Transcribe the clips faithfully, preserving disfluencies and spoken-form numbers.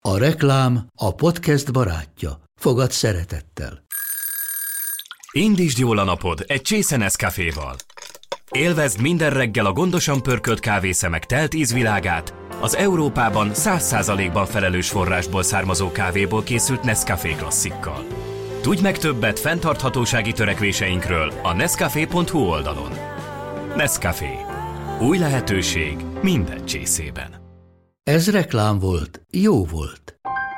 A reklám a podcast barátja. Fogad szeretettel. Indítsd jól a napod egy csésze Nescaféval. Élvezd minden reggel a gondosan pörkölt kávészemek telt ízvilágát, az Európában száz százalékban felelős forrásból származó kávéból készült Nescafé klasszikkal. Tudj meg többet fenntarthatósági törekvéseinkről a nescafé pont hu oldalon. Nescafé. Új lehetőség minden csészében. Ez reklám volt, jó volt.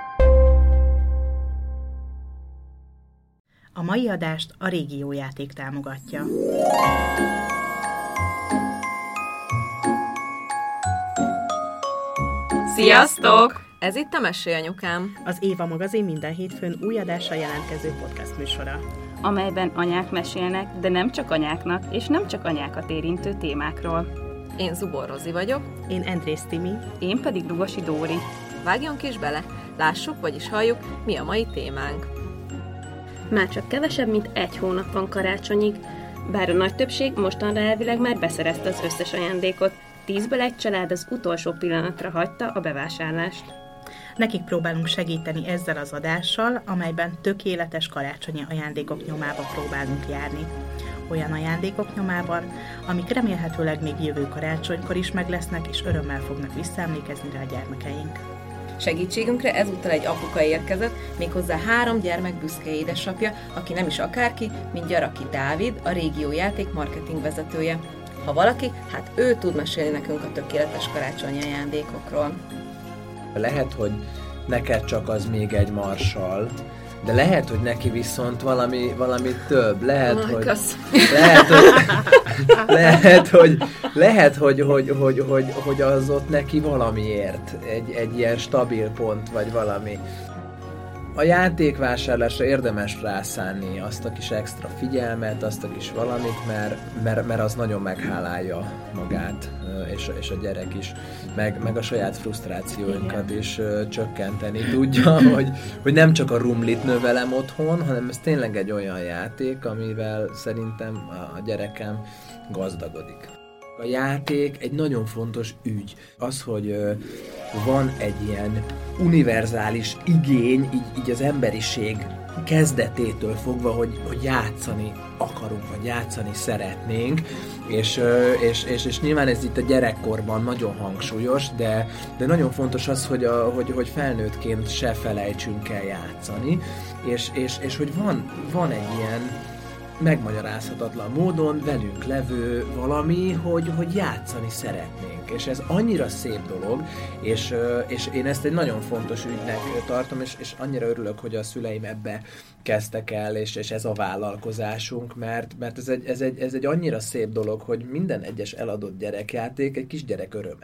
A mai adást a Régiójáték támogatja. Sziasztok! Ez itt a Mesélyanyukám. Az Éva magazin minden hétfőn új adással jelentkező podcast műsora, amelyben anyák mesélnek, de nem csak anyáknak, és nem csak anyákat érintő témákról. Én Zubor Rozi vagyok. Én Endrész Timi. Én pedig Lugosi Dóri. Vágjunk is bele, lássuk, vagyis halljuk, mi a mai témánk. Már csak kevesebb, mint egy hónap van karácsonyig, bár a nagy többség mostanra elvileg már beszerezte az összes ajándékot, tízből egy család az utolsó pillanatra hagyta a bevásárlást. Nekik próbálunk segíteni ezzel az adással, amelyben tökéletes karácsonyi ajándékok nyomába próbálunk járni. Olyan ajándékok nyomában, amik remélhetőleg még jövő karácsonykor is meg lesznek, és örömmel fognak visszaemlékezni rá a gyermekeink. Segítségünkre ezúttal egy apuka érkezett, méghozzá három gyermek büszke édesapja, aki nem is akárki, mint Gyaraki Dávid, a Régiójáték marketing vezetője. Ha valaki, hát ő tud mesélni nekünk a tökéletes karácsonyi ajándékokról. Lehet, hogy neked csak az még egy marsal, de lehet, hogy neki viszont valami, valami több. Lehet, oh, hogy, lehet, hogy, lehet, hogy, lehet hogy, hogy, hogy, hogy, hogy az ott neki valamiért. Egy, egy ilyen stabil pont, vagy valami. A játékvásárlásra érdemes rászánni azt a kis extra figyelmet, azt a kis valamit, mert, mert, mert az nagyon meghálálja magát, és, és a gyerek is, meg, meg a saját frusztrációinkat is uh, csökkenteni tudja, hogy, hogy nem csak a rumlit növelem otthon, hanem ez tényleg egy olyan játék, amivel szerintem a gyerekem gazdagodik. A játék egy nagyon fontos ügy. Az, hogy uh, van egy ilyen univerzális igény, így, így az emberiség kezdetétől fogva, hogy, hogy játszani akarunk, vagy játszani szeretnénk, és, uh, és, és, és nyilván ez itt a gyerekkorban nagyon hangsúlyos, de, de nagyon fontos az, hogy, a, hogy, hogy felnőttként se felejtsünk el játszani, és, és, és hogy van, van egy ilyen megmagyarázhatatlan módon velünk levő valami, hogy, hogy játszani szeretnénk. És ez annyira szép dolog, és, és én ezt egy nagyon fontos ügynek tartom, és, és annyira örülök, hogy a szüleim ebbe kezdtek el, és, és ez a vállalkozásunk, mert, mert ez, egy, ez, egy, ez egy annyira szép dolog, hogy minden egyes eladott gyerekjáték egy kisgyerek öröme.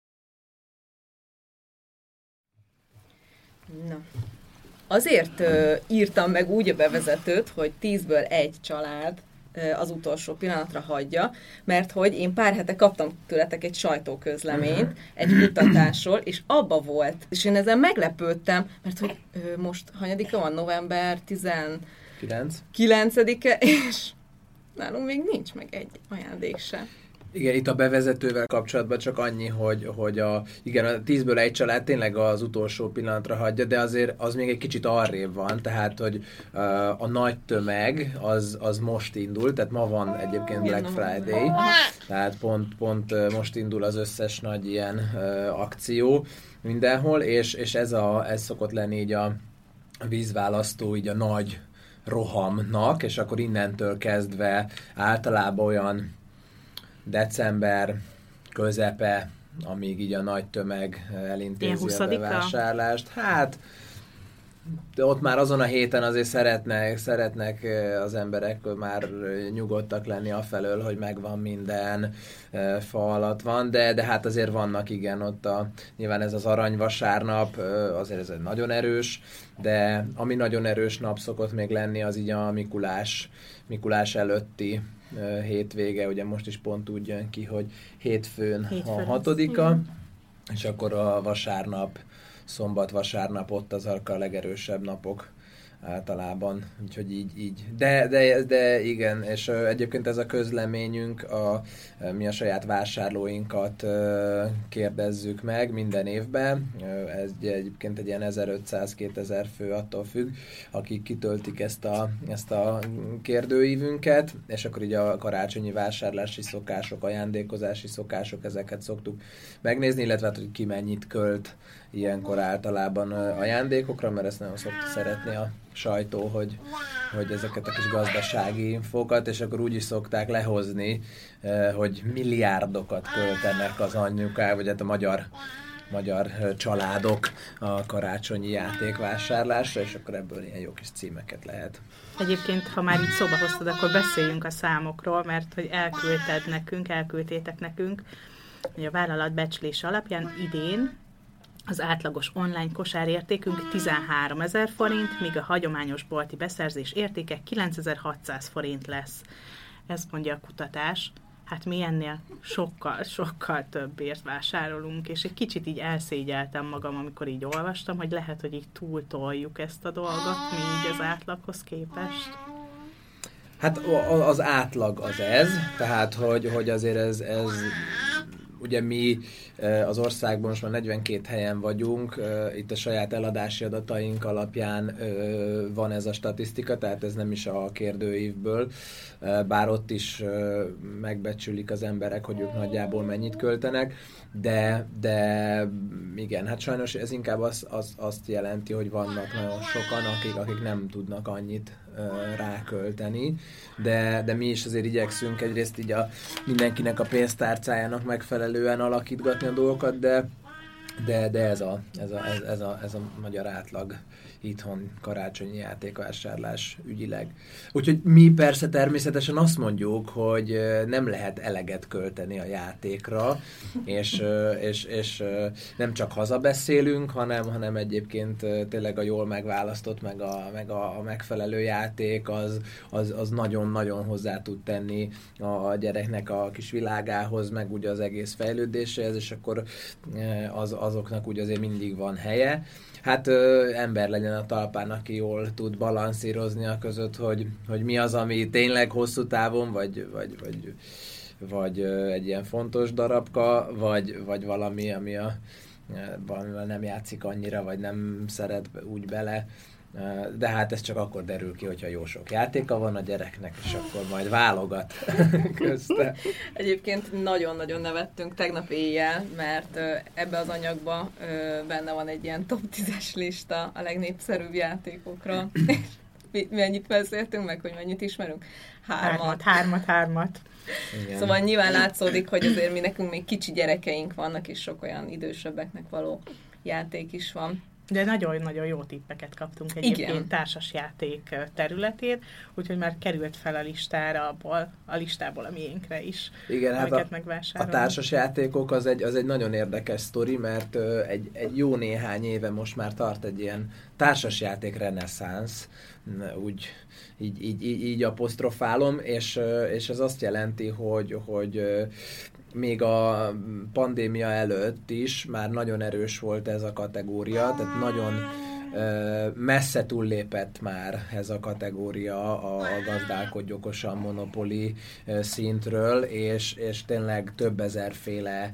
Na. Azért ö, írtam meg úgy a bevezetőt, hogy tízből egy család ö, az utolsó pillanatra hagyja, mert hogy én pár hete kaptam tőletek egy sajtóközleményt, egy kutatásról, és abba volt. És én ezen meglepődtem, mert hogy ö, most hanyadika van, november tizenkilencedike, és nálunk még nincs meg egy ajándék se. Igen, itt a bevezetővel kapcsolatban csak annyi, hogy, hogy a, igen, a tízből egy család tényleg az utolsó pillanatra hagyja, de azért az még egy kicsit arrébb van, tehát, hogy uh, a nagy tömeg az, az most indul, tehát ma van egyébként Black Friday, tehát pont, pont most indul az összes nagy ilyen uh, akció mindenhol, és, és ez, a, ez szokott lenni így a vízválasztó, így a nagy rohamnak, és akkor innentől kezdve általában olyan december közepe, amíg így a nagy tömeg elintézi a bevásárlást. Hát, de ott már azon a héten azért szeretnek, szeretnek az emberek már nyugodtak lenni afelől, hogy megvan minden, fa alatt van, de, de hát azért vannak, igen, ott a, nyilván ez az aranyvasárnap, azért ez egy nagyon erős, de ami nagyon erős nap szokott még lenni, az így a Mikulás, Mikulás előtti hétvége, ugye most is pont úgy jön ki, hogy hétfőn, hétfőn a hatodika, igen. És akkor a vasárnap, szombat-vasárnap ott azok a legerősebb napok, általában, úgyhogy így, így. De, de, de igen, és uh, egyébként ez a közleményünk, a, uh, mi a saját vásárlóinkat uh, kérdezzük meg minden évben, uh, ez egyébként egy ilyen ezerötszáz-kétezer fő attól függ, akik kitöltik ezt a, ezt a kérdőívünket, és akkor így a karácsonyi vásárlási szokások, ajándékozási szokások, ezeket szoktuk megnézni, illetve hát, hogy ki mennyit költ ilyenkor általában ajándékokra, mert ezt nagyon szokta szeretni a sajtó, hogy, hogy ezeket a kis gazdasági infókat, és akkor úgy is szokták lehozni, hogy milliárdokat költenek az anyukák, vagy hát a magyar, magyar családok a karácsonyi játékvásárlásra, és akkor ebből ilyen jó kis címeket lehet. Egyébként, ha már így szóba hoztad, akkor beszéljünk a számokról, mert hogy elküldted nekünk, elküldtétek nekünk, hogy a vállalat becslése alapján idén az átlagos online kosárértékünk tizenháromezer forint, míg a hagyományos bolti beszerzés értéke kilencezer-hatszáz forint lesz. Ezt mondja a kutatás. Hát mi ennél sokkal, sokkal többért vásárolunk, és egy kicsit így elszégyeltem magam, amikor így olvastam, hogy lehet, hogy így túltoljuk ezt a dolgot, mi így az átlaghoz képest. Hát az átlag az ez, tehát hogy, hogy azért ez, ez ugye mi az országban most már negyvenkét helyen vagyunk, itt a saját eladási adataink alapján van ez a statisztika, tehát ez nem is a kérdőívből, bár ott is megbecsülik az emberek, hogy ők nagyjából mennyit költenek, de, de igen, hát sajnos ez inkább az, az, azt jelenti, hogy vannak nagyon sokan, akik, akik nem tudnak annyit rákölteni, de, de mi is azért igyekszünk egyrészt így a mindenkinek a pénztárcájának megfelelően alakítgatni a dolgokat, de, de, de ez, a, ez, a, ez, ez, a, ez a magyar átlag itthon karácsonyi játékvásárlás ügyileg. Úgyhogy mi persze természetesen azt mondjuk, hogy nem lehet eleget költeni a játékra, és, és, és nem csak hazabeszélünk, hanem, hanem egyébként tényleg a jól megválasztott, meg a, meg a, a megfelelő játék az, az, az nagyon-nagyon hozzá tud tenni a gyereknek a kis világához, meg ugye az egész fejlődéséhez, és akkor az, azoknak ugye azért mindig van helye. Hát ö, ember legyen a talpán, aki jól tud balanszírozni a között, hogy, hogy mi az, ami tényleg hosszú távon, vagy, vagy, vagy, vagy ö, egy ilyen fontos darabka, vagy, vagy valami, ami a, valamivel nem játszik annyira, vagy nem szeret úgy bele. De hát ez csak akkor derül ki, hogyha jó sok játéka van a gyereknek, és akkor majd válogat közte. Egyébként nagyon-nagyon nevettünk tegnap éjjel, mert ebbe az anyagba benne van egy ilyen top tízes lista a legnépszerűbb játékokra. És mennyit beszéltünk meg, hogy mennyit ismerünk? Hármat. Hármat, hármat, hármat. Igen. Szóval nyilván látszódik, hogy azért mi nekünk még kicsi gyerekeink vannak, és sok olyan idősebbeknek való játék is van. De nagyon-nagyon jó tippeket kaptunk egyébként Igen. társasjáték területén, úgyhogy már került fel a listára, abból, a listából a miénkre is. Igen, hát a, a társasjátékok az egy, az egy nagyon érdekes sztori, mert uh, egy, egy jó néhány éve most már tart egy ilyen társasjáték reneszánsz, úgy így, így, így, így apostrofálom, és, és ez azt jelenti, hogy, hogy még a pandémia előtt is már nagyon erős volt ez a kategória, tehát nagyon messze túllépett már ez a kategória a gazdálkodj okosan monopoli szintről, és, és tényleg több ezerféle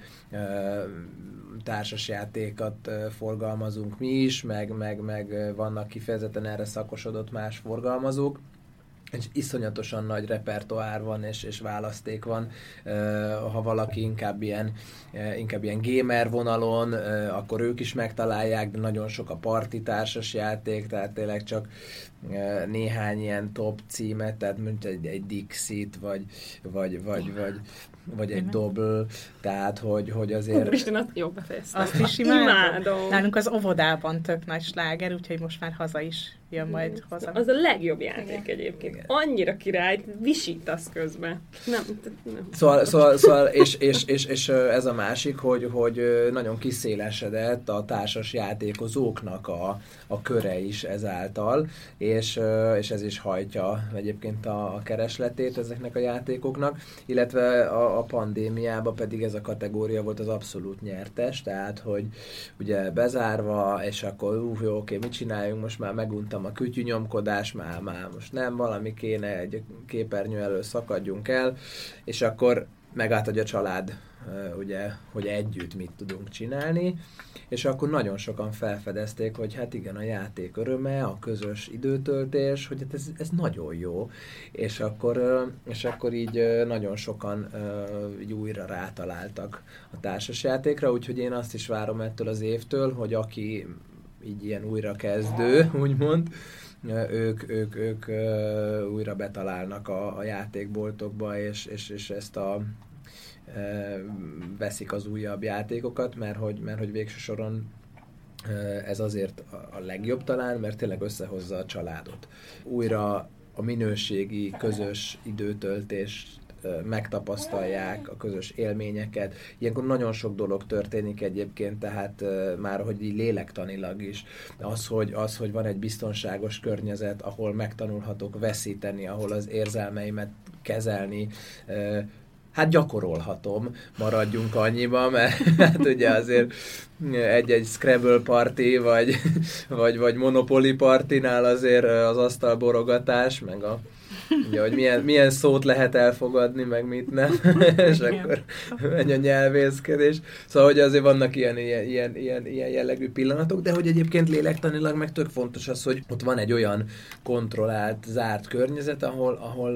társasjátékat forgalmazunk mi is, meg, meg, meg vannak kifejezetten erre szakosodott más forgalmazók. És iszonyatosan nagy repertoár van, és, és választék van. Ha valaki inkább ilyen, inkább ilyen gamer vonalon, akkor ők is megtalálják, de nagyon sok a parti társas játék, tehát tényleg csak néhány ilyen top címet, tehát mint egy, egy Dixit, vagy, vagy, vagy, vagy, vagy egy Dobble, tehát hogy, hogy azért... Úristen, azt jó befejeztem. Azt is imádom. Nálunk az óvodában tök nagy sláger, úgyhogy most már haza is jön majd haza. Az a legjobb játék egyébként. Igen. Annyira király, visítasz közben. Nem, nem. Szóval, szóval, szóval és, és, és, és ez a másik, hogy, hogy nagyon kiszélesedett a társas játékozóknak a, a köre is ezáltal, és, és ez is hajtja egyébként a, a keresletét ezeknek a játékoknak, illetve a, a, a pandémiában pedig ez a kategória volt az abszolút nyertes, tehát, hogy ugye bezárva, és akkor ú, jó, oké, mit csináljunk, most már meguntam a kütyűnyomkodás, már, már most nem, valami kéne, egy képernyő elől szakadjunk el, és akkor megállt, hogy a család, ugye, hogy együtt mit tudunk csinálni, és akkor nagyon sokan felfedezték, hogy hát igen, a játék öröme, a közös időtöltés, hogy hát ez, ez nagyon jó, és akkor, és akkor így nagyon sokan így újra rátaláltak a társasjátékra, úgyhogy én azt is várom ettől az évtől, hogy aki így ilyen újrakezdő, úgymond, ők, ők, ők újra betalálnak a, a játékboltokba, és, és, és ezt a veszik az újabb játékokat, mert hogy, mert hogy végső soron ez azért a legjobb talán, mert tényleg összehozza a családot. Újra a minőségi, közös időtöltést megtapasztalják, a közös élményeket. Ilyenkor nagyon sok dolog történik egyébként, tehát már, hogy így lélektanilag is. Az hogy, az, hogy van egy biztonságos környezet, ahol megtanulhatok veszíteni, ahol az érzelmeimet kezelni, hát gyakorolhatom, maradjunk annyiba, mert hát ugye azért egy-egy Scrabble party, vagy, vagy, vagy Monopoly partinál azért az asztalborogatás, meg a, ugye, hogy milyen, milyen szót lehet elfogadni, meg mit nem, és akkor megy a nyelvészkedés. Szóval, hogy azért vannak ilyen, ilyen, ilyen, ilyen, ilyen jellegű pillanatok, de hogy egyébként lélektanilag meg tök fontos az, hogy ott van egy olyan kontrollált, zárt környezet, ahol, ahol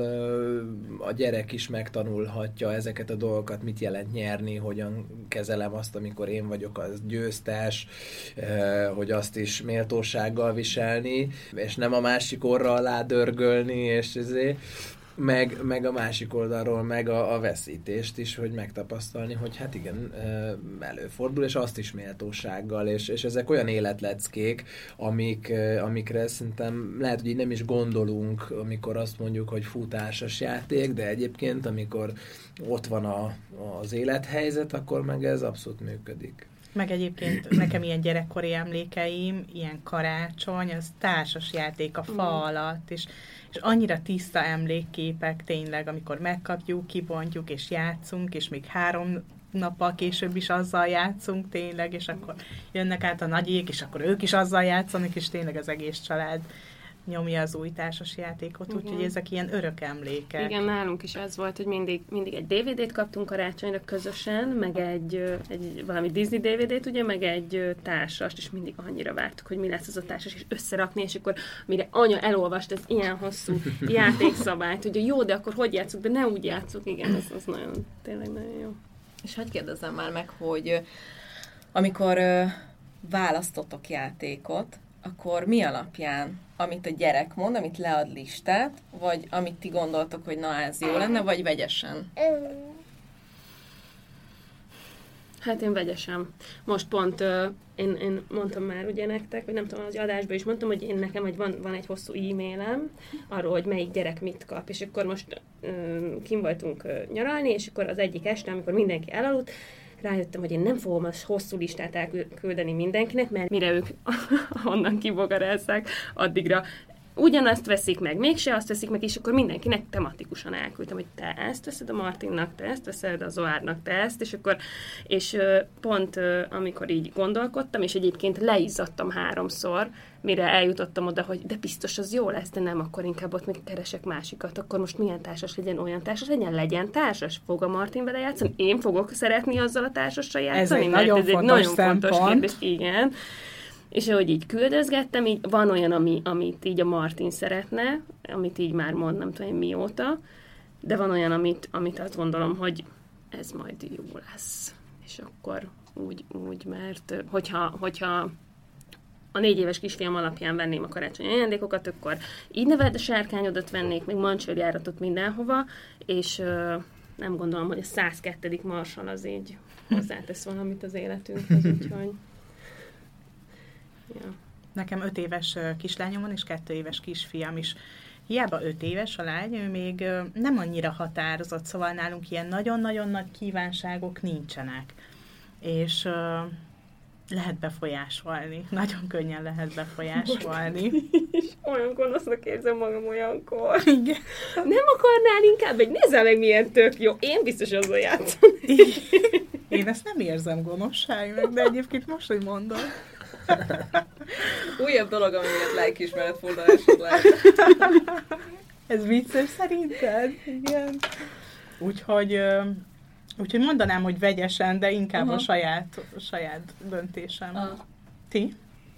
a gyerek is megtanulhatja ezeket a dolgokat, mit jelent nyerni, hogyan kezelem azt, amikor én vagyok az győztes, hogy azt is méltósággal viselni, és nem a másik orra alá dörgölni, és ezért Meg, meg a másik oldalról, meg a, a veszítést is, hogy megtapasztalni, hogy hát igen, előfordul, és azt is méltósággal, és, és ezek olyan életleckék, amik, amikre szerintem lehet, hogy így nem is gondolunk, amikor azt mondjuk, hogy futásos játék, de egyébként, amikor ott van a, az élethelyzet, akkor meg ez abszolút működik. Meg egyébként nekem ilyen gyerekkori emlékeim, ilyen karácsony, az társas játék a fa alatt, és, és annyira tiszta emlékképek tényleg, amikor megkapjuk, kibontjuk és játszunk, és még három nappal később is azzal játszunk tényleg, és akkor jönnek át a nagyék, és akkor ők is azzal játszanak, és tényleg az egész család nyomja az új társas játékot, úgyhogy ezek ilyen örök emlékek. Igen, nálunk is az volt, hogy mindig, mindig egy dé vé dét kaptunk karácsonyra közösen, meg egy, egy valami Disney dé vé dét, ugye, meg egy társast, és mindig annyira vártuk, hogy mi lesz az a társas, és összerakni, és akkor mire anya elolvast ez ilyen hosszú játékszabályt, hogy jó, de akkor hogy játszunk, de ne úgy játszunk, igen, ez az nagyon, tényleg nagyon jó. És hadd kérdezzem már meg, hogy amikor ö, választotok játékot, akkor mi alapján, amit a gyerek mond, amit lead listát, vagy amit ti gondoltok, hogy na ez jó lenne, vagy vegyesen? Hát én vegyesen. Most pont uh, én, én mondtam már ugye nektek, vagy nem tudom, az adásban is mondtam, hogy én nekem hogy van, van egy hosszú e-mailem arról, hogy melyik gyerek mit kap, és akkor most uh, kim voltunk uh, nyaralni, és akkor az egyik este, amikor mindenki elaludt, rájöttem, hogy én nem fogom az hosszú listát elküldeni mindenkinek, mert mire ők onnan kibogarázzák, addigra ugyanazt veszik meg, mégse azt veszik meg, és akkor mindenkinek tematikusan elküldtem, hogy te ezt veszed a Martinnak, te ezt veszed a Zoárnak, te ezt, és akkor, és pont amikor így gondolkodtam, és egyébként leizzadtam háromszor, mire eljutottam oda, hogy de biztos az jó lesz, de nem, akkor inkább ott még keresek másikat, akkor most milyen társas legyen, olyan társas legyen, legyen társas, fog a Martin vele játszani, én fogok szeretni azzal a társassal játszani, ez egy mert nagyon ez egy fontos nagyon szempont. fontos kérdés, igen. És ahogy így küldözgettem, így van olyan, ami, amit így a Martin szeretne, amit így már mond, nem tudom mióta, de van olyan, amit, amit azt gondolom, hogy ez majd jó lesz. És akkor úgy, úgy mert hogyha, hogyha a négy éves kisfiam alapján venném a karácsonyi ajándékokat, akkor így neveld a sárkányodat vennék, még mancsőrjáratot mindenhova, és ö, nem gondolom, hogy a száz kettő marsal az így hozzátesz valamit az életünkhez, úgyhogy... Ja. Nekem öt éves kislányom van, és kettő éves kisfiam is. Hiába öt éves a lány, ő még nem annyira határozott, szóval nálunk ilyen nagyon-nagyon nagy kívánságok nincsenek. És uh, lehet befolyásolni. Nagyon könnyen lehet befolyásolni. is olyan gonosznak érzem magam olyankor. Igen. Nem akarnál inkább egy, nézzel meg milyen tök jó. Én biztos azzal játszom. Én ezt nem érzem gonoszságnak, de egyébként most, hogy mondod. Újabb dolog, ami miatt lelkiismeret fordulásod lehet. Ez vicces szerinted? Igen. Úgyhogy, úgyhogy mondanám, hogy vegyesen, de inkább uh-huh. a saját, a saját döntésem. Uh. Ti?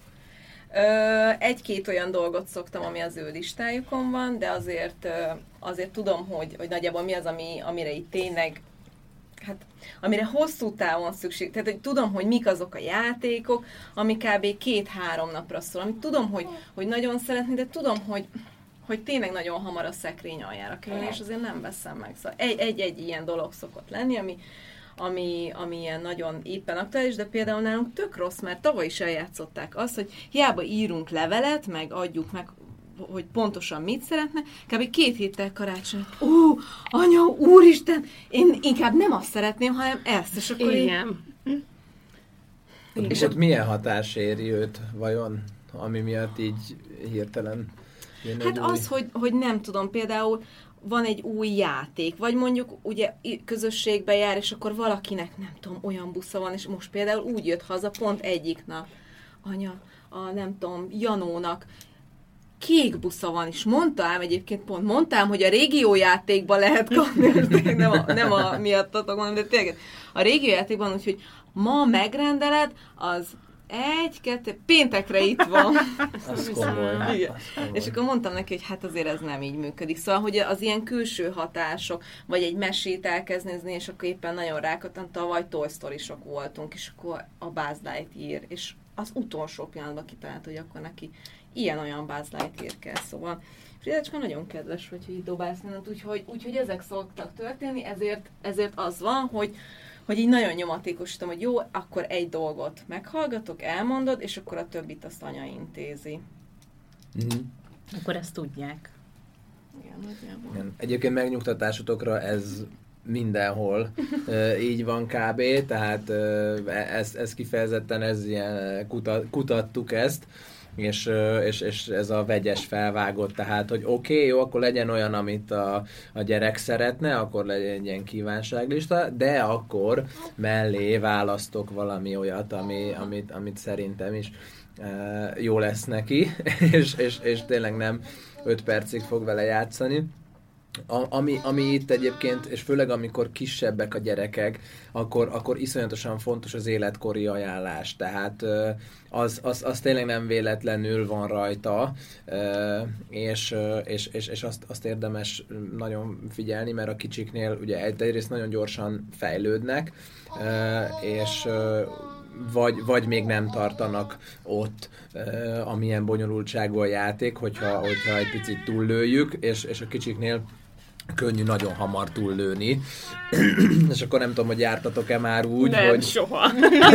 Ö, egy-két olyan dolgot szoktam, ami az ő listájukon van, de azért, azért tudom, hogy, hogy nagyjából mi az, ami, amire itt tényleg, hát amire hosszú távon szükség. Tehát, hogy tudom, hogy mik azok a játékok, ami kb. két-három napra szól. Amit tudom, hogy, hogy nagyon szeretni, de tudom, hogy, hogy tényleg nagyon hamar a szekrény aljára kerülni, és azért nem veszem meg. Szóval egy-egy ilyen dolog szokott lenni, ami, ami, ami ilyen nagyon éppen aktuális, de például nálunk tök rossz, mert tavaly is eljátszották azt, hogy hiába írunk levelet, meg adjuk meg, hogy pontosan mit szeretne, kb. két héttel karácsony, ó, anya, úristen, én inkább nem azt szeretném, hanem ezt, és akkor igen. Én... Ott, és ott milyen hatás éri őt, vajon, ami miatt így hirtelen jön? Hát az, hogy, hogy nem tudom, például van egy új játék, vagy mondjuk ugye közösségbe jár, és akkor valakinek, nem tudom, olyan busza van, és most például úgy jött haza pont egyik nap, anya, a nem tudom, Janónak kék busza van, és mondtam, egyébként pont mondtam, hogy a régiójátékban lehet kapni, nem a, nem a miattatok mondom, de tényleg a régiójátékban, úgyhogy ma megrendeled, az egy, kettő, péntekre itt van. Az komoly. Igen. És akkor mondtam neki, hogy hát azért ez nem így működik. Szóval, hogy az ilyen külső hatások, vagy egy mesét elkezd nézni, és akkor éppen nagyon rákattam, tavaly Toy Story-sok voltunk, és akkor a Buzz Lightyear, és az utolsó pillanatban kitalált, hogy akkor neki ilyen-olyan Buzz Lightyear kell, szóval Fridecska nagyon kedves, hogy így dobálsz mindent, úgyhogy, úgyhogy ezek szoktak történni, ezért, ezért az van, hogy hogy így nagyon nyomatékosítom, hogy jó, akkor egy dolgot meghallgatok, elmondod, és akkor a többit azt anya intézi. Mm. Akkor ezt tudják. Igen, nagyjából. Igen. Egyébként megnyugtatásotokra ez mindenhol e, így van kb. Tehát ezt ez kifejezetten ez ilyen, kutat, kutattuk ezt, és, és, és ez a vegyes felvágott, tehát, hogy oké, okay, jó, akkor legyen olyan, amit a, a gyerek szeretne, akkor legyen egy ilyen kívánságlista, de akkor mellé választok valami olyat, ami, amit, amit szerintem is e, jó lesz neki, és, és, és tényleg nem öt percig fog vele játszani. A, ami, ami itt egyébként, és főleg amikor kisebbek a gyerekek, akkor, akkor iszonyatosan fontos az életkori ajánlás. Tehát az, az, az tényleg nem véletlenül van rajta, és, és, és, és azt, azt érdemes nagyon figyelni, mert a kicsiknél ugye egyrészt nagyon gyorsan fejlődnek, és Vagy, vagy még nem tartanak ott, uh, amilyen bonyolultságú a játék, hogyha, hogyha egy picit túllőjük, és, és a kicsiknél könnyű nagyon hamar túllőni. És akkor nem tudom, hogy jártatok-e már úgy, nem, hogy... soha.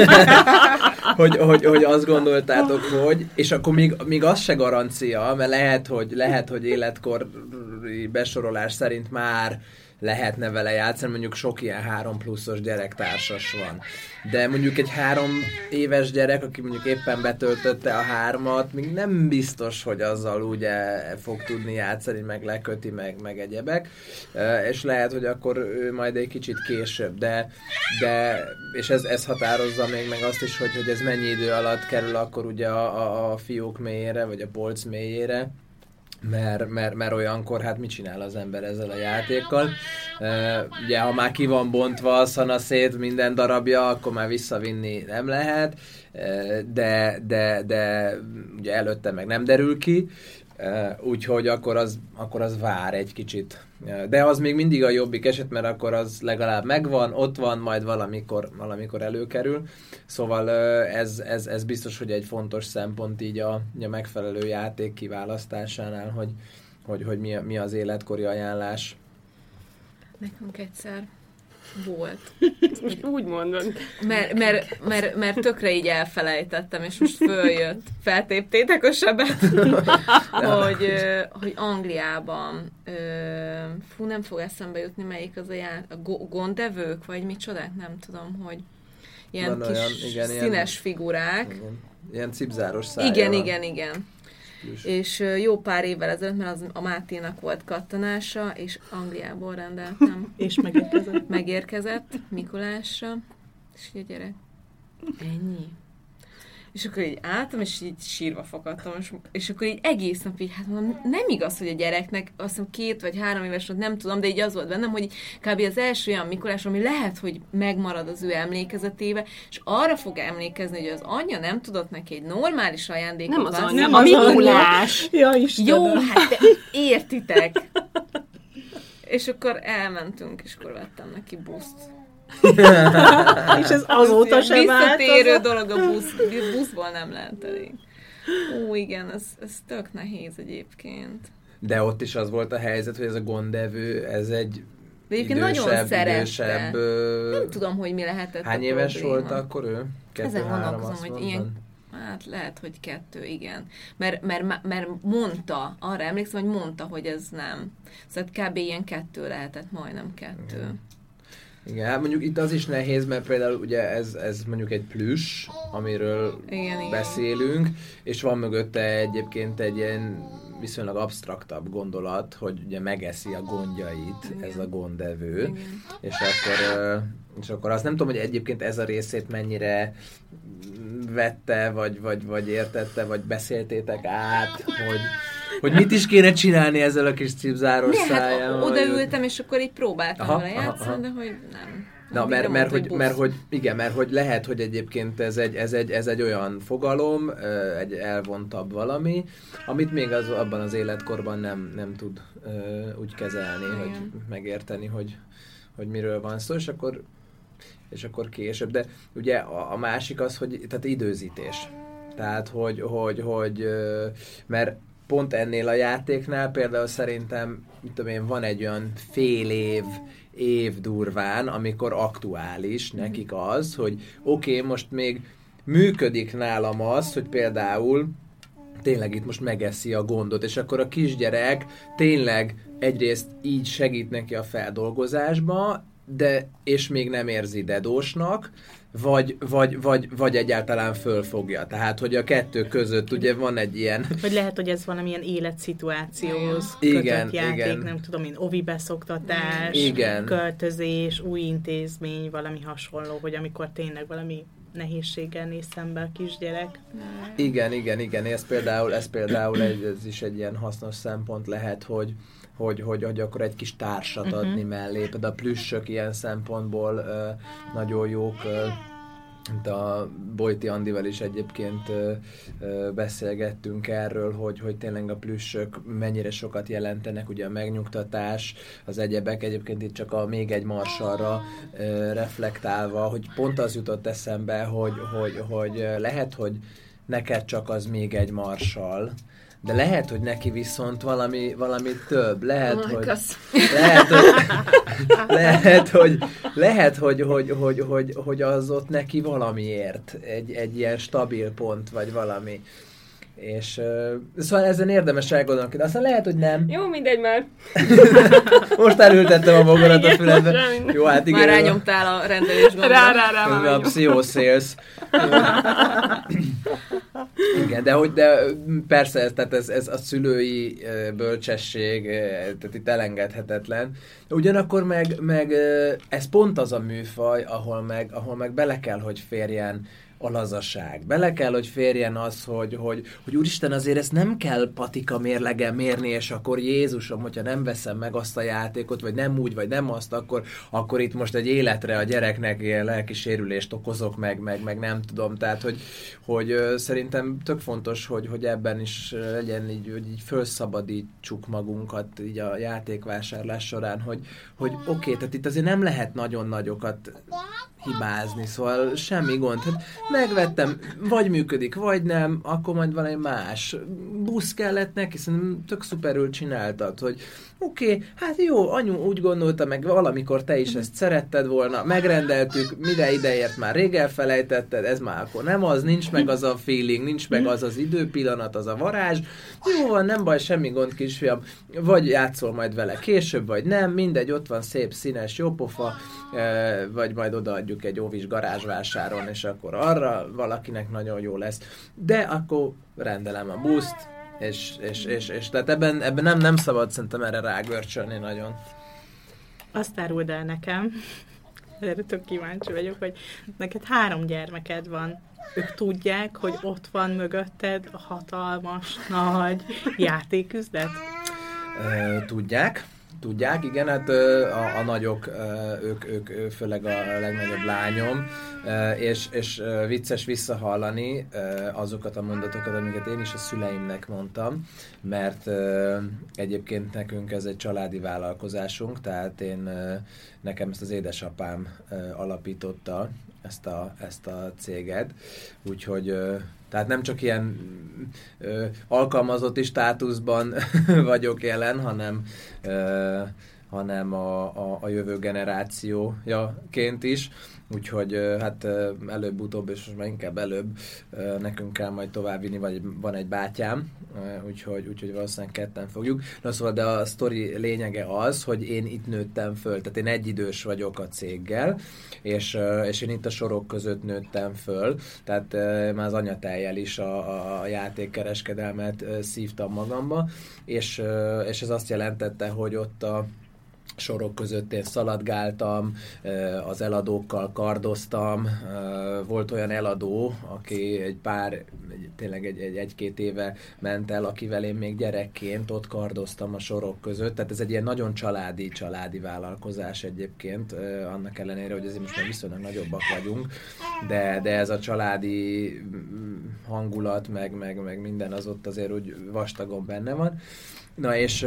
hogy, hogy, hogy azt gondoltátok, hogy... És akkor még, még az se garancia, mert lehet, hogy, lehet, hogy életkori besorolás szerint már lehetne vele játszani, mondjuk sok ilyen három pluszos gyerektársas van. De mondjuk egy három éves gyerek, aki mondjuk éppen betöltötte a hármat, még nem biztos, hogy azzal ugye fog tudni játszani, meg leköti, meg, meg egyebek. És lehet, hogy akkor ő majd egy kicsit később, de, de és ez, ez határozza még meg azt is, hogy, hogy ez mennyi idő alatt kerül akkor ugye a, a, a fiók mélyére, vagy a polc mélyére. Mert, mert, mert olyankor, hát mit csinál az ember ezzel a játékkal? Uh, ugye, ha már ki van bontva a szanaszét minden darabja, akkor már visszavinni nem lehet, uh, de, de, de ugye előtte meg nem derül ki, uh, úgyhogy akkor az, akkor az vár egy kicsit. Uh, de az még mindig a jobbik eset, mert akkor az legalább megvan, ott van, majd valamikor, valamikor előkerül. Szóval ez, ez, ez biztos, hogy egy fontos szempont így a, a megfelelő játék kiválasztásánál, hogy, hogy, hogy mi, mi az életkori ajánlás. Nekünk egyszer volt. Most úgy mondod. Mert, mert, mert, mert tökre így elfelejtettem, és most följött. Feltéptétek a sebet, hogy, hogy Angliában fú, nem fog eszembe jutni, melyik az a ját, a gondevők, vagy micsodák, nem tudom, hogy ilyen van kis olyan, igen, színes ilyen, figurák. Igen, ilyen cipzáros szája Igen, van. igen, igen. Plusz. És jó pár évvel ezelőtt, mert az a Máténak volt kattanása, és Angliából rendeltem. És megérkezett. Megérkezett Mikulásra, és így a gyerek, ennyi. És akkor így álltam, és így sírva fakadtam, és, és akkor így egész nap így, hát mondom, nem igaz, hogy a gyereknek, azt hiszem két vagy három éves volt, nem tudom, de így az volt bennem, hogy így kb. Az első olyan Mikulás, ami lehet, hogy megmarad az ő emlékezetébe, és arra fog emlékezni, hogy az anyja nem tudott neki egy normális ajándékot. Nem az adni, anyja, Nem a az Mikulás. Ja, Istenem. Jó, hát de értitek. És akkor elmentünk, és akkor vettem neki buszt. És ez azóta sem visszatérő változott. dolog a busz. Buszból nem lehet elég. Ó, igen, ez, ez tök nehéz egyébként. De ott is az volt a helyzet, hogy ez a gondevő, ez egy De egyébként idősebb, nagyon szerette. idősebb, ö... Nem tudom, hogy mi lehetett Hány a éves probléma. volt akkor ő? Kettő, Ezen három, gondolkozom, azt hogy mondod? ilyen, hát lehet, hogy kettő, igen. Mert, mert, mert mondta, arra emlékszem, hogy mondta, hogy ez nem. Szóval kb. Ilyen kettő lehetett, majdnem kettő. Igen. Igen, hát mondjuk itt az is nehéz, mert például ugye ez, ez mondjuk egy plüss, amiről Igen, igen. beszélünk, és van mögötte egyébként egy ilyen viszonylag absztraktabb gondolat, hogy ugye megeszi a gondjait, Igen. ez a gondevő, Igen. és akkor, ö, és akkor azt nem tudom, hogy egyébként ez a részét mennyire vette, vagy, vagy, vagy értette, vagy beszéltétek át, hogy, hogy mit is kéne csinálni ezzel a kis cipzáros Ne, hát szájával. odaültem, és akkor így próbáltam Aha, vele aha, játszani, aha. de hogy nem. Na, Addig mert, nem mert, mondta, hogy, busz. mert hogy igen, mert hogy lehet, hogy egyébként ez egy, ez egy, ez egy olyan fogalom, egy elvontabb valami, amit még az, abban az életkorban nem, nem tud uh, úgy kezelni, Igen. hogy megérteni, hogy, hogy miről van szó, és akkor, és akkor később. De ugye a, a másik az, hogy tehát időzítés. Tehát, hogy, hogy, hogy uh, mert pont ennél a játéknál például szerintem, mit tudom én, van egy olyan fél év, év durván, amikor aktuális nekik az, hogy oké, okay, most még működik nálam az, hogy például tényleg itt most megeszi a gondot, és akkor a kisgyerek tényleg egyrészt így segít neki a feldolgozásba, de és még nem érzi dedósnak, vagy, vagy, vagy, vagy egyáltalán fölfogja. Tehát, hogy a kettő között ugye van egy ilyen... Vagy lehet, hogy ez valamilyen életszituációhoz Igen, kötött játék, igen. nem tudom én, ovi beszoktatás, Igen. költözés, új intézmény, valami hasonló, hogy amikor tényleg valami nehézséggel néz szembe a kisgyerek. Igen, igen, igen. Ez például, ez például egy, ez is egy ilyen hasznos szempont lehet, hogy Hogy, hogy, hogy akkor egy kis társat uh-huh. adni mellé. Például a plüssök ilyen szempontból uh, nagyon jók. Uh, mint a Bojti Andival is egyébként uh, uh, beszélgettünk erről, hogy, hogy tényleg a plüssök mennyire sokat jelentenek, ugye a megnyugtatás, az egyebek, egyébként itt csak a még egy marsalra uh, reflektálva, hogy pont az jutott eszembe, hogy, hogy, hogy lehet, hogy neked csak az még egy marsal, de lehet, hogy neki viszont valami, valami több. Lehet, Oh, hogy, kasz. lehet, hogy, lehet, hogy, lehet hogy, hogy, hogy, hogy, hogy az ott neki valamiért. Egy, egy ilyen stabil pont, vagy valami. És uh, szóval ezen érdemes elgondolni, de aztán lehet, hogy nem. Jó, mindegy már. Most elültettem a bogarat a füledbe. most rá Jó, hát igen. Már rányomtál a rendelés gondol. Rá, rá, rá, Ez már a pszichoszélsz. Igen, de hogy de persze, ez, tehát ez, ez a szülői bölcsesség, tehát itt elengedhetetlen. Ugyanakkor meg, meg ez pont az a műfaj, ahol meg, ahol meg bele kell, hogy férjen a lazaság. Bele kell, hogy férjen az, hogy, hogy, hogy úristen, azért ezt nem kell patika mérlegen mérni, és akkor Jézusom, hogyha nem veszem meg azt a játékot, vagy nem úgy, vagy nem azt, akkor, akkor itt most egy életre a gyereknek ilyen lelki sérülést okozok meg, meg, meg nem tudom. Tehát, hogy, hogy szerintem tök fontos, hogy, hogy ebben is legyen így, hogy így felszabadítsuk magunkat így a játékvásárlás során, hogy, hogy oké, okay, tehát itt azért nem lehet nagyon nagyokat hibázni, szóval semmi gond. Hát megvettem, vagy működik, vagy nem, akkor majd valami más. Busz kellett neki, szerintem tök szuperül csináltad, hogy oké, okay, hát jó, anyu úgy gondolta, meg valamikor te is ezt szeretted volna, megrendeltük, mire ideért már rég elfelejtetted, ez már akkor nem az, nincs meg az a feeling, nincs meg az az időpillanat, az a varázs. Jó van, nem baj, semmi gond, kisfiam, vagy játszol majd vele később, vagy nem, mindegy, ott van szép, színes, jópofa, vagy majd odaadjuk egy óvis garázsvásáron, és akkor arra valakinek nagyon jó lesz. De akkor rendelem a buszt, És, és, és, és tehát ebben, ebben nem, nem szabad szerintem erre rágörcsölni nagyon. Azt áruld el nekem, erre tök kíváncsi vagyok, hogy neked három gyermeked van. Ők tudják, hogy ott van mögötted a hatalmas, nagy játéküzlet? Uh, tudják. Tudják, igen, hát a, a nagyok, ők, ők főleg a legnagyobb lányom, és, és vicces visszahallani azokat a mondatokat, amiket én is a szüleimnek mondtam, mert egyébként nekünk ez egy családi vállalkozásunk, tehát én, nekem ezt az édesapám alapította, ezt a, ezt a céget, úgyhogy tehát nem csak ilyen ö, alkalmazotti státuszban vagyok jelen, hanem, ö, hanem a, a, a jövő generációjaként is. Úgyhogy ö, hát ö, előbb-utóbb, és most már inkább előbb ö, nekünk kell majd továbbvinni, vagy van egy bátyám, ö, úgyhogy, úgyhogy valószínűleg ketten fogjuk. Na szóval, de a sztori lényege az, hogy én itt nőttem föl, tehát én egyidős vagyok a céggel, és, és én itt a sorok között nőttem föl, tehát már az anyatejjel is a, a játékkereskedelmet szívtam magamba, és, és ez azt jelentette, hogy ott a sorok között én szaladgáltam, az eladókkal kardoztam, volt olyan eladó, aki egy pár, tényleg egy, egy, egy-két éve ment el, akivel én még gyerekként ott kardoztam a sorok között, tehát ez egy ilyen nagyon családi, családi vállalkozás egyébként, annak ellenére, hogy azért most már viszonylag nagyobbak vagyunk, de, de ez a családi hangulat, meg, meg, meg minden az ott azért úgy vastagon benne van. Na és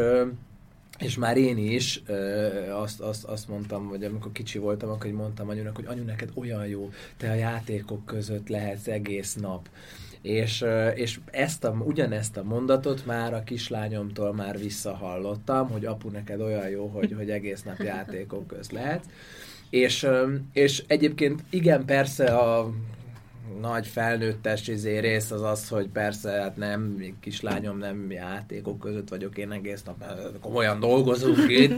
És már én is ö, azt, azt, azt mondtam, hogy amikor kicsi voltam, akkor mondtam anyunak, hogy anyu, neked olyan jó, te a játékok között lehetsz egész nap. És, ö, és ezt a, ugyanezt a mondatot már a kislányomtól már visszahallottam, hogy apu, neked olyan jó, hogy, hogy egész nap játékok közt lehetsz. És, ö, és egyébként igen, persze a nagy felnőttes izé rész az az, hogy persze, hát nem, kislányom, nem játékok között vagyok, én egész nap komolyan dolgozunk itt,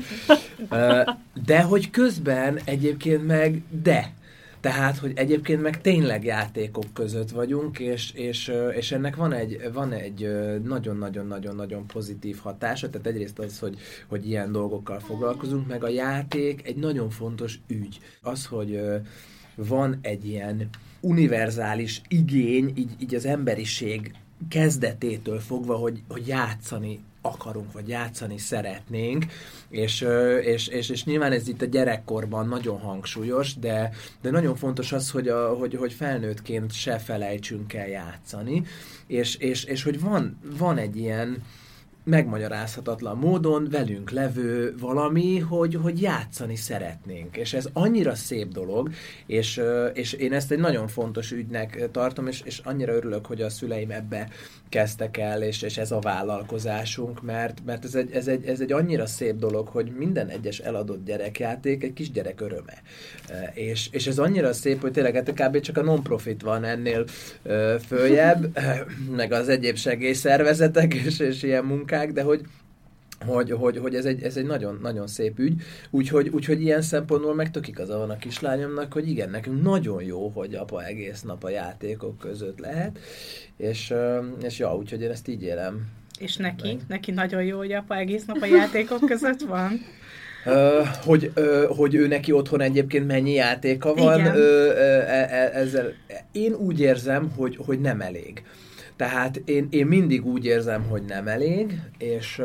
de hogy közben egyébként meg de. Tehát, hogy egyébként meg tényleg játékok között vagyunk, és, és, és ennek van egy, van egy nagyon-nagyon-nagyon-nagyon pozitív hatása, tehát egyrészt az, hogy, hogy ilyen dolgokkal foglalkozunk, meg a játék egy nagyon fontos ügy. Az, hogy van egy ilyen univerzális igény, így, így az emberiség kezdetétől fogva, hogy, hogy játszani akarunk, vagy játszani szeretnénk, és, és, és, és nyilván ez itt a gyerekkorban nagyon hangsúlyos, de, de nagyon fontos az, hogy, a, hogy, hogy felnőttként se felejtsünk el játszani, és, és, és hogy van, van egy ilyen megmagyarázhatatlan módon velünk levő valami, hogy, hogy játszani szeretnénk. És ez annyira szép dolog, és, és én ezt egy nagyon fontos ügynek tartom, és, és annyira örülök, hogy a szüleim ebbe kezdtek el, és, és ez a vállalkozásunk, mert, mert ez, egy, ez, egy, ez egy annyira szép dolog, hogy minden egyes eladott gyerekjáték egy kisgyerek öröme. És, és ez annyira szép, hogy tényleg hát kb. Csak a non-profit van ennél följebb, meg az egyéb segélyszervezetek, és, és ilyen munkák, de hogy hogy, hogy, hogy ez egy, ez egy nagyon, nagyon szép ügy, úgyhogy, úgyhogy ilyen szempontból meg tök igaza van a kislányomnak, hogy igen, nekünk nagyon jó, hogy apa egész nap a játékok között lehet, és, és ja, úgyhogy én ezt így élem. És neki? Meg. Neki nagyon jó, hogy apa egész nap a játékok között van? Uh, hogy, uh, hogy ő neki otthon egyébként mennyi játéka van, uh, uh, ezzel én úgy érzem, hogy, hogy nem elég. Tehát én, én mindig úgy érzem, hogy nem elég, és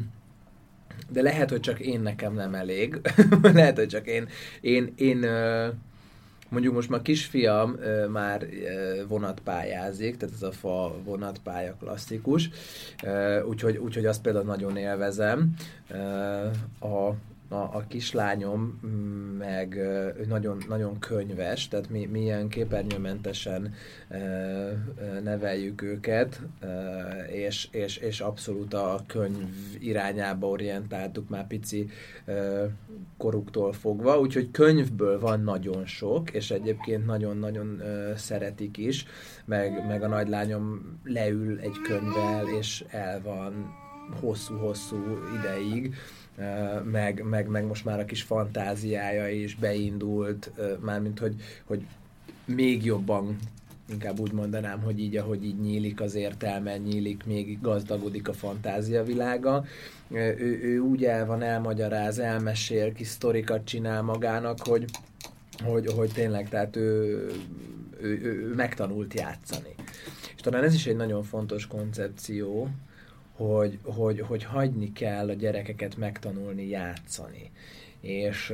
de lehet, hogy csak én nekem nem elég. Lehet, hogy csak én, én, én mondjuk most már kisfiam már vonatpályázik, tehát ez a fa vonatpálya klasszikus, úgyhogy, úgyhogy azt például nagyon élvezem. A A, a kislányom meg nagyon, nagyon könyves, tehát mi, mi ilyen képernyőmentesen e, e, neveljük őket, e, és, és, és abszolút a könyv irányába orientáltuk már pici e, koruktól fogva, úgyhogy könyvből van nagyon sok, és egyébként nagyon-nagyon e, szeretik is, meg, meg a nagylányom leül egy könyvvel, és el van hosszú-hosszú ideig, Meg, meg, meg most már a kis fantáziája is beindult, mármint, hogy, hogy még jobban inkább úgy mondanám, hogy így, ahogy így nyílik az értelme, nyílik, még gazdagodik a fantázia világa. Ő, ő úgy el van, elmagyaráz, elmesél, kis sztorikat csinál magának, hogy, hogy, hogy tényleg, tehát ő, ő, ő, ő megtanult játszani. És talán ez is egy nagyon fontos koncepció, hogy, hogy, hogy hagyni kell a gyerekeket megtanulni játszani. És,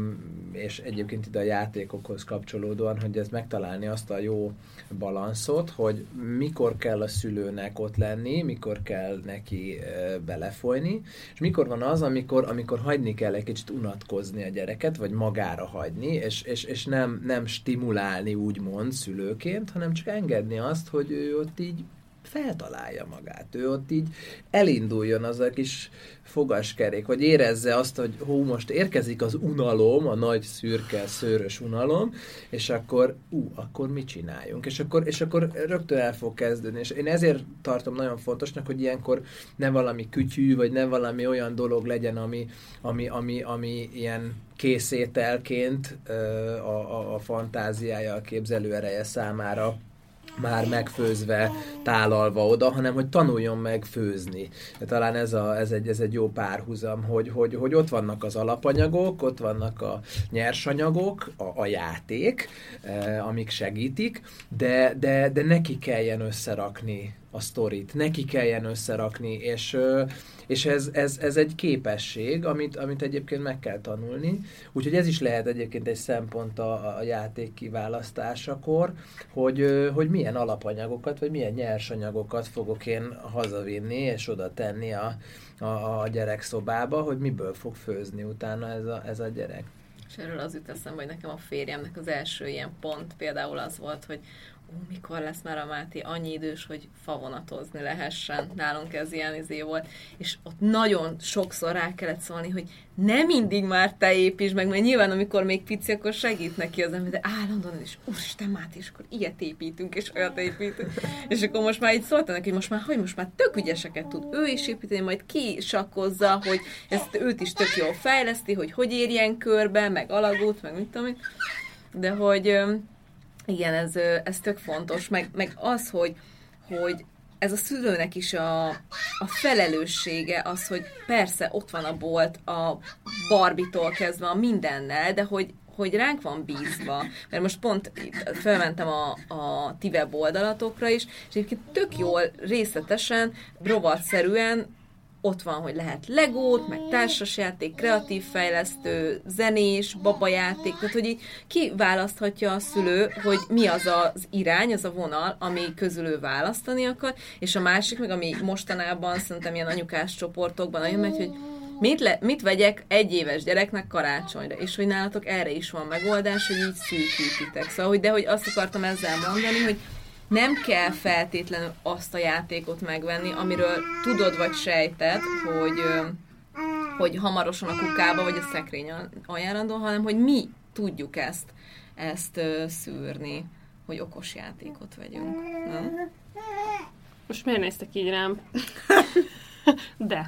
és egyébként ide a játékokhoz kapcsolódóan, hogy ez megtalálni azt a jó balanszot, hogy mikor kell a szülőnek ott lenni, mikor kell neki belefolyni, és mikor van az, amikor, amikor hagyni kell egy kicsit unatkozni a gyereket, vagy magára hagyni, és, és, és nem, nem stimulálni úgymond szülőként, hanem csak engedni azt, hogy ő ott így feltalálja magát. Ő ott így elinduljon az a kis fogaskerék, vagy érezze azt, hogy hú, most érkezik az unalom, a nagy szürke, szőrös unalom, és akkor, ú, akkor mit csináljunk? És akkor, és akkor rögtön el fog kezdődni. És én ezért tartom nagyon fontosnak, hogy ilyenkor nem valami kütyű, vagy nem valami olyan dolog legyen, ami, ami, ami, ami ilyen készételként a, a, a fantáziája, a képzelőereje számára már megfőzve, tálalva oda, hanem hogy tanuljon meg főzni. De talán ez, a, ez, egy, ez egy jó párhuzam, hogy, hogy, hogy ott vannak az alapanyagok, ott vannak a nyersanyagok, a, a játék, eh, amik segítik, de, de, de neki kelljen összerakni a sztorit, neki kelljen összerakni, és, és ez, ez, ez egy képesség, amit, amit egyébként meg kell tanulni. Úgyhogy ez is lehet egyébként egy szempont a, a játék kiválasztásakor, hogy, hogy milyen alapanyagokat, vagy milyen nyersanyagokat fogok én hazavinni, és oda tenni a, a, a gyerekszobába, hogy miből fog főzni utána ez a, ez a gyerek. És erről az jut eszembe, hogy nekem a férjemnek az első ilyen pont például az volt, hogy ó, mikor lesz már a Máté annyi idős, hogy favonatozni lehessen. Nálunk ez ilyen izé volt. És ott nagyon sokszor rá kellett szólni, hogy nem mindig már te építsd meg, mert nyilván amikor még pici, akkor segít neki az ember, de állandóan is, úristen Máté, és akkor ilyet építünk, és olyat építünk. És akkor most már így szóltam neki, hogy most már, hogy most már tök ügyeseket tud ő is építeni, majd ki sakkozza, hogy ezt őt is tök jól fejleszti, hogy hogy érjen körbe, meg alagút, meg mit tudom én. De hogy igen, ez, ez tök fontos, meg, meg az, hogy, hogy ez a szülőnek is a, a felelőssége az, hogy persze ott van a bolt a Barbie-tól kezdve a mindennel, de hogy, hogy ránk van bízva. Mert most pont felmentem a, a ti weboldalatokra is, és egyébként tök jól, részletesen, rovatszerűen ott van, hogy lehet legót, meg társasjáték, kreatív fejlesztő, zenés, babajáték, tehát hogy így kiválaszthatja a szülő, hogy mi az az irány, az a vonal, ami közül ő választani akar, és a másik, meg ami mostanában szerintem ilyen anyukás csoportokban nagyon megy, hogy mit, le, mit vegyek egy éves gyereknek karácsonyra, és hogy nálatok erre is van megoldás, hogy így szűkítitek. Szóval, hogy de hogy azt akartam ezzel mondani, hogy nem kell feltétlenül azt a játékot megvenni, amiről tudod vagy sejted, hogy, hogy hamarosan a kukába vagy a szekrény ajánlandó, hanem hogy mi tudjuk ezt, ezt szűrni, hogy okos játékot vegyünk. Nem? Most miért néztek így rám? De.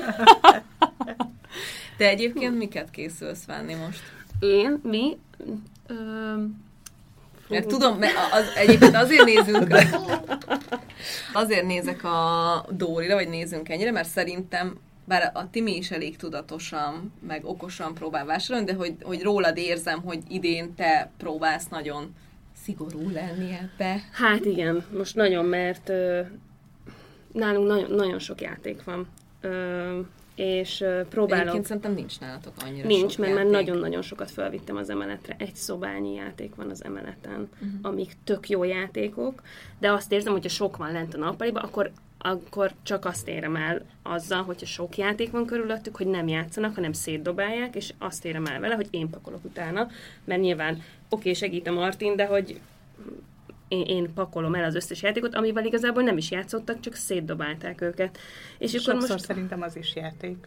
Te egyébként miket készülsz venni most? Én? Mi? Ö... Mert tudom, mert az, egyébként azért nézünk, azért nézek a Dórira, vagy nézünk ennyire, mert szerintem, bár a Timi is elég tudatosan, meg okosan próbál vásárolni, de hogy, hogy rólad érzem, hogy idén te próbálsz nagyon szigorú lenni ebbe. Hát igen, most nagyon, mert ö, nálunk nagyon, nagyon sok játék van. Ö, és uh, próbálok... Egyébként szerintem nincs nálatok annyira nincs, sok mert játék. már nagyon-nagyon sokat felvittem az emeletre. Egy szobányi játék van az emeleten, uh-huh. amik tök jó játékok, de azt érzem, hogyha sok van lent a nappaliban, akkor, akkor csak azt érem el azzal, hogyha sok játék van körülöttük, hogy nem játszanak, hanem szétdobálják, és azt érem el vele, hogy én pakolok utána, mert nyilván oké, segít a Martin, de hogy Én, én pakolom el az összes játékot, amivel igazából nem is játszottak, csak szétdobálták őket. És sokszor akkor most... szerintem az is játék.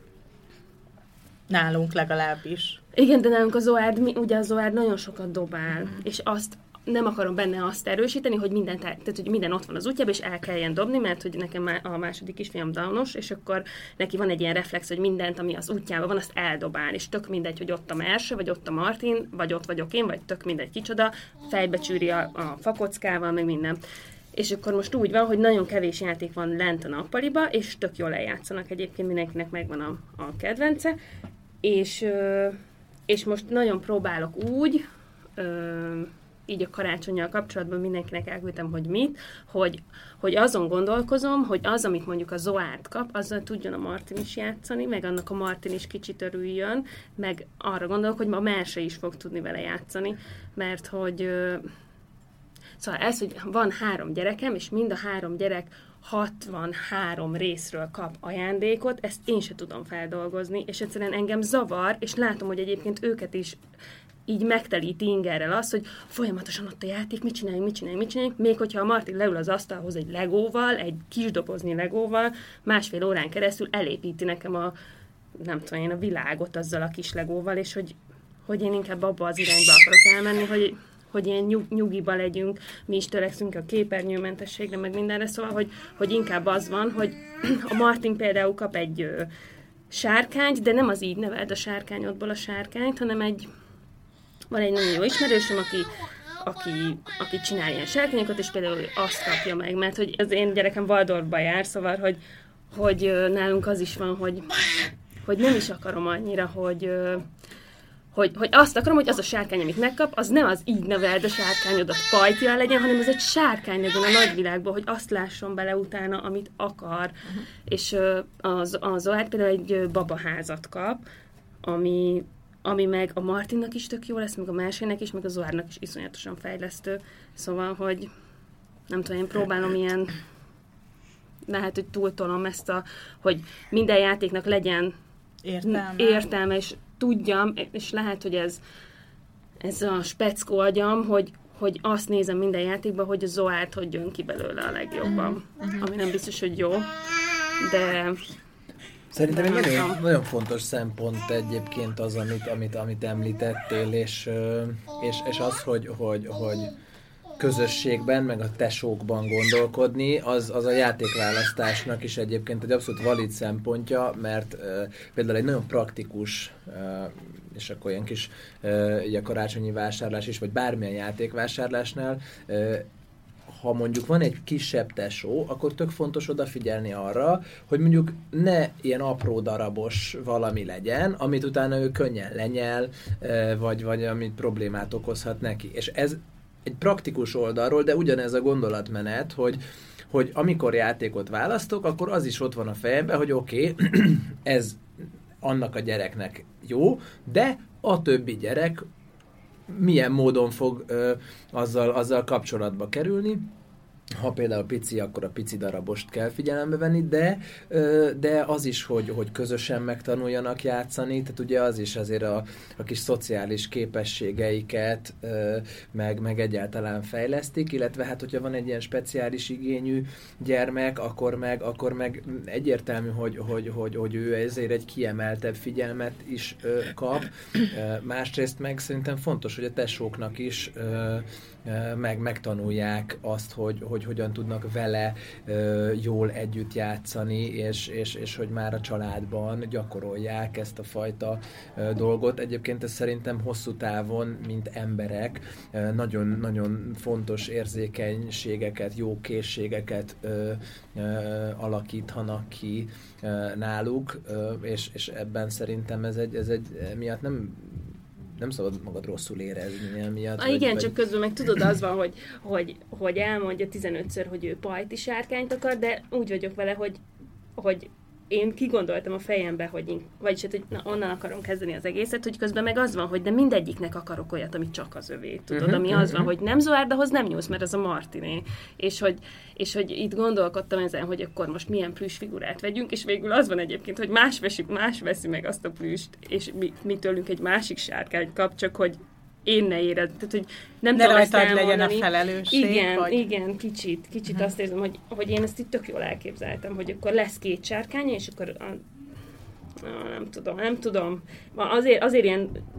Nálunk legalábbis. Igen, de nálunk a Zoárd, ugye a Zoárd nagyon sokat dobál, mm. és azt nem akarom benne azt erősíteni, hogy minden, tehát, hogy minden ott van az útjában, és el kelljen dobni, mert hogy nekem a második kisfiam Downos, és akkor neki van egy ilyen reflex, hogy mindent, ami az útjában van, azt eldobál, és tök mindegy, hogy ott a Merse, vagy ott a Martin, vagy ott vagyok én, vagy tök mindegy kicsoda, fejbe csűri a, a fakockával, meg minden. És akkor most úgy van, hogy nagyon kevés játék van lent a nappaliba, és tök jól eljátszanak egyébként, mindenkinek megvan a, a kedvence, és, és most nagyon próbálok úgy, így a karácsonnyal kapcsolatban mindenkinek elküldtem, hogy mit, hogy, hogy azon gondolkozom, hogy az, amit mondjuk a Zoárt kap, azzal tudjon a Martin is játszani, meg annak a Martin is kicsit örüljön, meg arra gondolok, hogy ma Merse is fog tudni vele játszani, mert hogy szóval ez, hogy van három gyerekem, és mind a három gyerek hatvanhárom részről kap ajándékot, ezt én se tudom feldolgozni, és egyszerűen engem zavar, és látom, hogy egyébként őket is így megtelíti ingerrel az, hogy folyamatosan ott a játék, mit csináljunk, mit csináljunk, mit csináljunk, még hogyha a Martin leül az asztalhoz egy legóval, egy kis dobozni legóval, másfél órán keresztül elépíti nekem a, nem tudom én, a világot azzal a kis legóval, és hogy, hogy én inkább abba az irányba akarok elmenni, hogy hogy ilyen nyug, nyugiba legyünk, mi is törekszünk a képernyőmentességre, meg mindenre, szóval, hogy, hogy inkább az van, hogy a Martin például kap egy ö, sárkányt, de nem az így neveld a sárkányodból a sárkányt, hanem egy, van egy nagyon jó ismerősöm, aki, aki, aki csinál ilyen sárkányokat, és például azt kapja meg, mert hogy az én gyerekem Waldorfba jár, szóval, hogy, hogy ö, nálunk az is van, hogy, hogy nem is akarom annyira, hogy ö, Hogy, hogy azt akarom, hogy az a sárkány, amit megkap, az nem az így neveld a sárkányodat pajtjal legyen, hanem az egy sárkány legyen a nagyvilágban, hogy azt lásson bele utána, amit akar. Uh-huh. És az, az Zoár például egy babaházat kap, ami, ami meg a Martinnak is tök jó lesz, meg a Mersének is, meg a Zoárnak is iszonyatosan fejlesztő. Szóval, hogy nem tudom, én próbálom ilyen, lehet, hogy túltolom ezt a, hogy minden játéknak legyen értelme, értelme és tudjam, és lehet, hogy ez, ez a speckó agyam, hogy, hogy azt nézem minden játékban, hogy a Zoárt hogy jön ki belőle a legjobban. Uh-huh. Ami nem biztos, hogy jó, de... Szerintem egy nagyon, nagyon fontos szempont egyébként az, amit, amit, amit említettél, és, és, és az, hogy, hogy, hogy közösségben, meg a tesókban gondolkodni, az, az a játékválasztásnak is egyébként egy abszolút valid szempontja, mert uh, például egy nagyon praktikus, uh, és akkor ilyen kis uh, ugye karácsonyi vásárlás is, vagy bármilyen játékvásárlásnál, uh, ha mondjuk van egy kisebb tesó, akkor tök fontos odafigyelni arra, hogy mondjuk ne ilyen apró darabos valami legyen, amit utána ő könnyen lenyel, uh, vagy, vagy amit problémát okozhat neki. És ez egy praktikus oldalról, de ugyanez a gondolatmenet, hogy, hogy amikor játékot választok, akkor az is ott van a fejemben, hogy oké, okay, ez annak a gyereknek jó, de a többi gyerek milyen módon fog ö, azzal, azzal kapcsolatba kerülni. Ha például pici, akkor a pici darabost kell figyelembe venni, de, de az is, hogy, hogy közösen megtanuljanak játszani, tehát ugye az is azért a, a kis szociális képességeiket meg, meg egyáltalán fejlesztik, illetve hát, hogyha van egy ilyen speciális igényű gyermek, akkor meg, akkor meg egyértelmű, hogy, hogy, hogy, hogy ő ezért egy kiemeltebb figyelmet is kap. Másrészt meg szerintem fontos, hogy a tesóknak is meg megtanulják azt, hogy, hogy hogyan tudnak vele ö, jól együtt játszani, és, és, és hogy már a családban gyakorolják ezt a fajta ö, dolgot. Egyébként ez szerintem hosszú távon, mint emberek, ö, nagyon, nagyon fontos érzékenységeket, jó készségeket ö, ö, alakíthanak ki ö, náluk, ö, és, és ebben szerintem ez egy, ez egy miatt nem nem szabad magad rosszul érezni emiatt. Ah, igen, vagy... csak közben meg tudod, az van, hogy, hogy, hogy elmondja tizenötször, hogy ő pajti sárkányt akar, de úgy vagyok vele, hogy, hogy én kigondoltam a fejembe, hogy én, vagyis hát, hogy na, onnan akarom kezdeni az egészet, hogy közben meg az van, hogy de mindegyiknek akarok olyat, ami csak az övé, tudod, uh-huh, ami uh-huh. az van, hogy nem Zoárd, ahhoz nem nyúlsz, mert az a Martiné. És hogy, és hogy itt gondolkodtam ezen, hogy akkor most milyen plüss figurát vegyünk, és végül az van egyébként, hogy más veszi, más veszi meg azt a plüst, és mi, mi tőlünk egy másik sárkányt kap, csak hogy én ne érez, tehát hogy nem ne tudom ezt elmondani. Legyen a felelősség. Igen, vagy... igen, kicsit, kicsit uh-huh. azt érzem, hogy, hogy én ezt itt tök jól elképzeltem, hogy akkor lesz két sárkánya, és akkor a, a, nem tudom, nem tudom. Azért, azért ilyen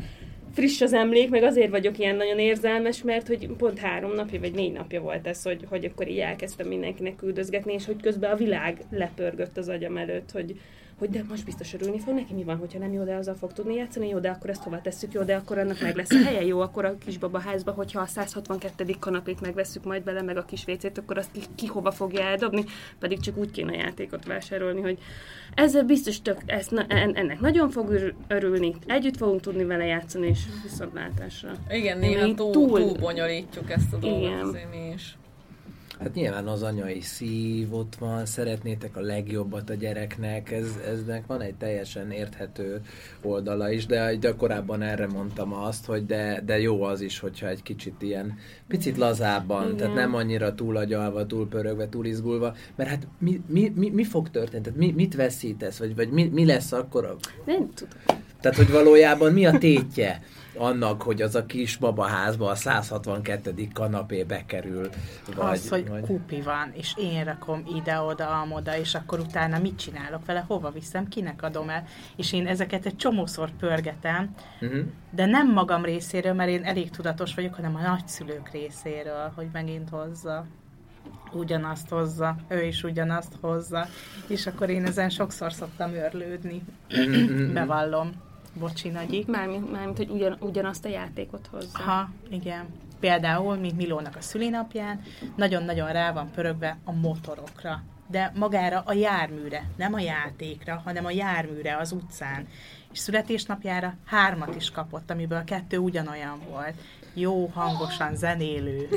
friss az emlék, meg azért vagyok ilyen nagyon érzelmes, mert hogy pont három napja, vagy négy napja volt ez, hogy, hogy akkor így elkezdtem mindenkinek küldözgetni, és hogy közben a világ lepörgött az agyam előtt, hogy, hogy de most biztos örülni fog neki, mi van, hogyha nem jó, de azzal fog tudni játszani, jó, de akkor ezt hova tesszük, jó, de akkor annak meg lesz a helye, jó, akkor a kisbaba házba, hogyha a száz hatvankettedik kanapét megvesszük majd bele, meg a kis vécét, akkor azt ki, ki hova fogja eldobni, pedig csak úgy kéne játékot vásárolni, hogy ezzel biztos tök, ezt, ennek nagyon fog örülni, együtt fogunk tudni vele játszani, és viszontlátásra. Igen, néha túl, túl... túl bonyolítjuk ezt a dolgot, azért mi is. Hát nyilván az anyai szív ott van, szeretnétek a legjobbat a gyereknek, ez, eznek van egy teljesen érthető oldala is, de, de korábban erre mondtam azt, hogy de, de jó az is, hogyha egy kicsit ilyen, picit lazábban, igen. Tehát nem annyira túl agyalva, túl pörögve, túl izgulva, mert hát mi, mi, mi, mi fog történni? Tehát mi, mit veszítesz? Vagy, vagy mi, mi lesz akkor? A... Nem tudom. Tehát, hogy valójában mi a tétje annak, hogy az a kis babaházba a száz hatvankettedik kanapé bekerül. Vagy, az, hogy vagy... kupi van, és én rakom ide-oda, amoda, és akkor utána mit csinálok vele, hova viszem, kinek adom el. És én ezeket egy csomószor pörgetem, uh-huh. de nem magam részéről, mert én elég tudatos vagyok, hanem a nagyszülők részéről, hogy megint hozza. Ugyanazt hozza, ő is ugyanazt hozza, és akkor én ezen sokszor szoktam őrlődni. Bevallom. Bocsi, nagyik. Mármint, mármint hogy ugyan, ugyanazt a játékot hozza. Ha, igen. Például, mint Milónak a szülinapján, nagyon-nagyon rá van pörögve a motorokra. De magára a járműre, nem a játékra, hanem a járműre az utcán. És születésnapjára hármat is kapott, amiből kettő ugyanolyan volt. Jó, hangosan zenélő.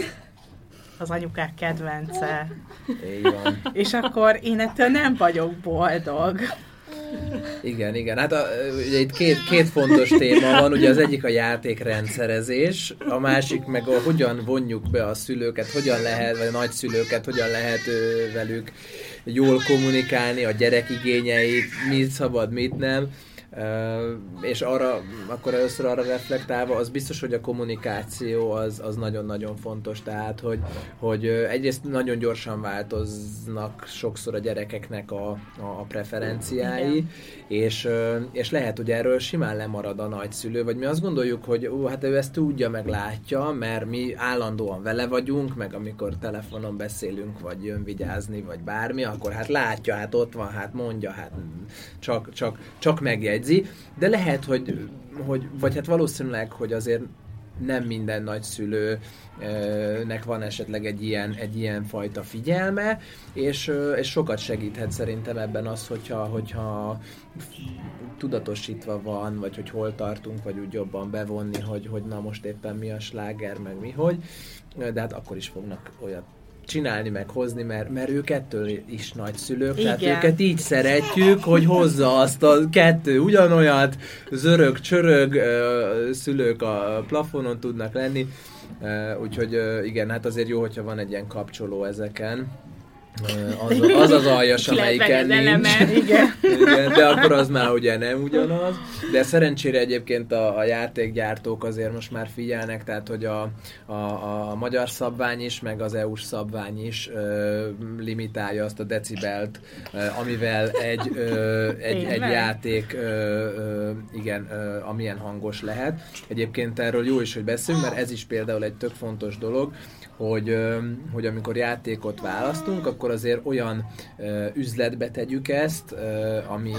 Az anyukák kedvence. Igen. És akkor én ettől nem vagyok boldog. Igen, igen. Hát a, ugye itt két, két fontos téma van, ugye az egyik a játékrendszerezés, a másik meg a hogyan vonjuk be a szülőket, hogyan lehet, vagy a nagyszülőket, hogyan lehet ő, velük jól kommunikálni, a gyerek igényeit, mit szabad, mit nem. Uh, és arra, akkor először arra reflektálva, az biztos, hogy a kommunikáció az, az nagyon-nagyon fontos, tehát, hogy, hogy egyrészt nagyon gyorsan változnak sokszor a gyerekeknek a, a preferenciái, és, és lehet, hogy erről simán lemarad a nagyszülő, vagy mi azt gondoljuk, hogy ó, hát ő ezt tudja, meg látja, mert mi állandóan vele vagyunk, meg amikor telefonon beszélünk, vagy jön vigyázni, vagy bármi, akkor hát látja, hát ott van, hát mondja, hát csak, csak, csak megjegy. De lehet, hogy, hogy, vagy hát valószínűleg, hogy azért nem minden nagyszülőnek van esetleg egy ilyen, egy ilyen fajta figyelme, és, és sokat segíthet szerintem ebben az, hogyha, hogyha tudatosítva van, vagy hogy hol tartunk, vagy úgy jobban bevonni, hogy, hogy na most éppen mi a sláger, meg mi hogy, de hát akkor is fognak olyat csinálni, meg hozni, mert, mert ők ettől is nagyszülők, igen. Tehát őket így szeretjük, hogy hozza azt a kettő ugyanolyat, zörög, csörög, szülők a plafonon tudnak lenni, úgyhogy igen, hát azért jó, hogyha van egy ilyen kapcsoló ezeken. Az, az az aljas, amelyiken nincs. Igen. Igen, de akkor az már ugye nem ugyanaz. De szerencsére egyébként a, a játékgyártók azért most már figyelnek, tehát hogy a, a, a magyar szabvány is, meg az é u-s szabvány is ö, limitálja azt a decibelt, ö, amivel egy, ö, egy, egy játék ö, ö, igen, ö, amilyen hangos lehet. Egyébként erről jó is, hogy beszélünk, mert ez is például egy tök fontos dolog, hogy, hogy amikor játékot választunk, akkor azért olyan uh, üzletbe tegyük ezt, uh, ami,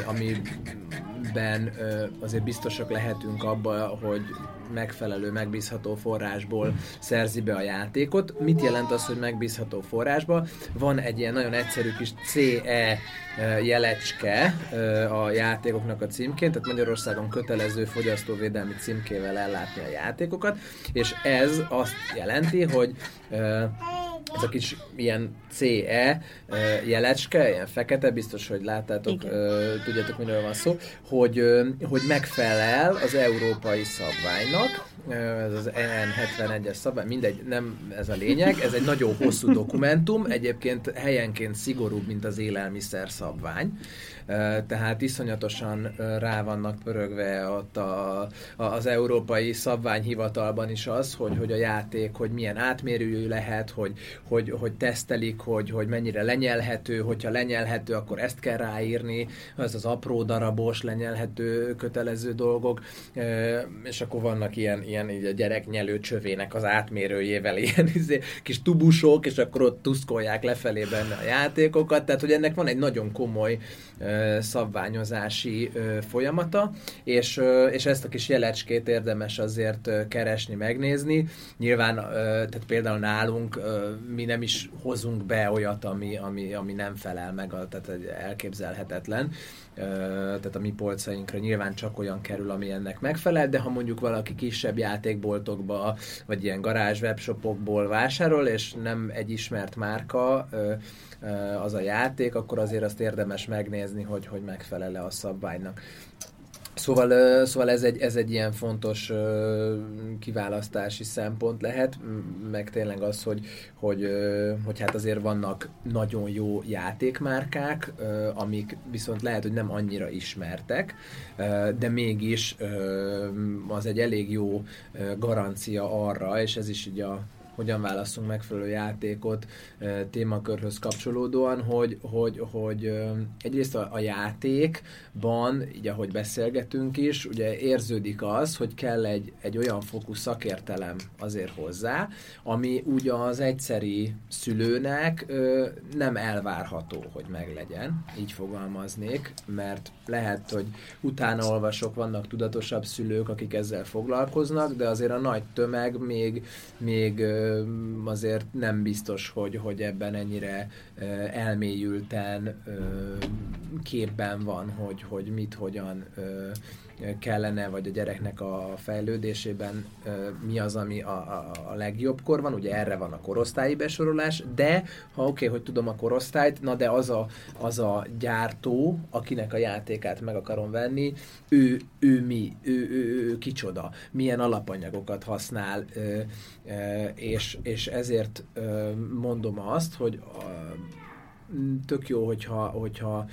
amiben uh, azért biztosak lehetünk abban, hogy megfelelő, megbízható forrásból szerzi be a játékot. Mit jelent az, hogy megbízható forrásból? Van egy ilyen nagyon egyszerű kis cé e jelecske a játékoknak a címként, tehát Magyarországon kötelező fogyasztóvédelmi címkével ellátni a játékokat, és ez azt jelenti, hogy ez a kis ilyen cé e jelecske, ilyen fekete, biztos, hogy láttátok, uh, tudjátok, miről van szó, hogy, uh, hogy megfelel az európai szabványnak, ez az E N hetvenegyes szabvány, mindegy, nem ez a lényeg, ez egy nagyon hosszú dokumentum, egyébként helyenként szigorúbb, mint az élelmiszer szabvány, tehát iszonyatosan rá vannak pörögve ott a, a, az európai szabványhivatalban is az, hogy, hogy a játék, hogy milyen átmérőjű lehet, hogy, hogy, hogy tesztelik, hogy, hogy mennyire lenyelhető, hogyha lenyelhető, akkor ezt kell ráírni, az az apró darabos, lenyelhető, kötelező dolgok, és akkor vannak ilyen, ilyen így a gyerek nyelő csövének az átmérőjével ilyen izé, kis tubusok, és akkor ott tuszkolják lefelé benne a játékokat, tehát hogy ennek van egy nagyon komoly szabványozási folyamata, és, és ezt a kis jelecskét érdemes azért keresni, megnézni. Nyilván, tehát például nálunk mi nem is hozunk be olyat, ami, ami, ami nem felel meg, tehát elképzelhetetlen. Tehát a mi polcainkra nyilván csak olyan kerül, ami ennek megfelel, de ha mondjuk valaki kisebb játékboltokba, vagy ilyen garázs webshopokból vásárol, és nem egy ismert márka az a játék, akkor azért azt érdemes megnézni, hogy, hogy megfelel-e a szabványnak. Szóval, szóval ez, egy, ez egy ilyen fontos kiválasztási szempont lehet, meg tényleg az, hogy, hogy, hogy hát azért vannak nagyon jó játékmárkák, amik viszont lehet, hogy nem annyira ismertek, de mégis az egy elég jó garancia arra, és ez is így a hogyan válasszunk megfelelő játékot témakörhöz kapcsolódóan, hogy, hogy, hogy egyrészt a, a játékban, így ahogy beszélgetünk is, ugye érződik az, hogy kell egy, egy olyan fokú szakértelem azért hozzá, ami ugye az egyszeri szülőnek nem elvárható, hogy meglegyen, így fogalmaznék, mert lehet, hogy utána olvasok, vannak tudatosabb szülők, akik ezzel foglalkoznak, de azért a nagy tömeg még, még azért nem biztos, hogy, hogy ebben ennyire elmélyülten képben van, hogy, hogy mit, hogyan kellene, vagy a gyereknek a fejlődésében mi az, ami a, a, a legjobbkor van, ugye erre van a korosztályi besorolás, de ha oké, okay, hogy tudom a korosztályt, na de az a, az a gyártó, akinek a játékát meg akarom venni, ő, ő mi, ő, ő, ő, ő kicsoda, milyen alapanyagokat használ, és, és ezért mondom azt, hogy tök jó, hogyha, hogyha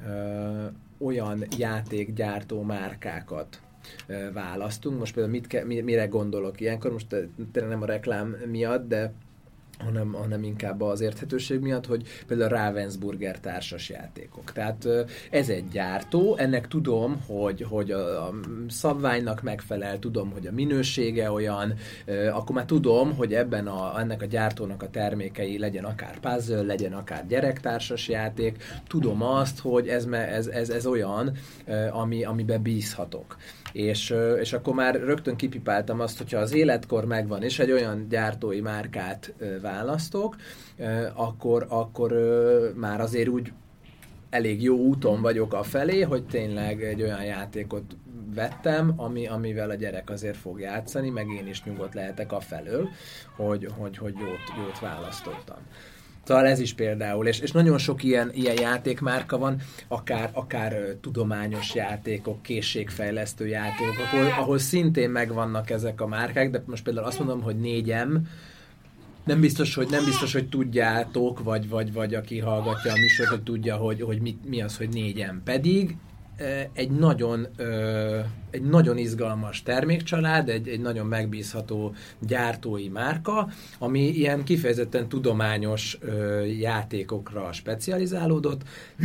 olyan játékgyártó márkákat választunk. Most például mit ke, mire gondolok ilyenkor? Most tényleg nem a reklám miatt, de hanem, hanem inkább az érthetőség miatt, hogy például a Ravensburger társas játékok. Tehát ez egy gyártó, ennek tudom, hogy, hogy a, a szabványnak megfelel, tudom, hogy a minősége olyan, akkor már tudom, hogy ebben a, ennek a gyártónak a termékei legyen akár puzzle, legyen akár gyerektársas játék, tudom azt, hogy ez, ez, ez, ez olyan, ami, amiben bízhatok. És, és akkor már rögtön kipipáltam azt, hogyha az életkor megvan, és egy olyan gyártói márkát választok, akkor, akkor már azért úgy elég jó úton vagyok afelé, hogy tényleg egy olyan játékot vettem, ami, amivel a gyerek azért fog játszani, meg én is nyugodt lehetek afelől, hogy, hogy, hogy jót, jót választottam. Szóval ez is például, és, és nagyon sok ilyen, ilyen játékmárka van, akár, akár uh, tudományos játékok, készségfejlesztő játékok, ahol, ahol szintén megvannak ezek a márkák, de most például azt mondom, hogy négyem, nem biztos, hogy, nem biztos, hogy tudjátok, vagy, vagy, vagy aki hallgatja a műsort, hogy tudja, hogy, hogy mi, mi az, hogy négyem. Pedig egy nagyon, egy nagyon izgalmas termékcsalád, egy, egy nagyon megbízható gyártói márka, ami ilyen kifejezetten tudományos játékokra specializálódott.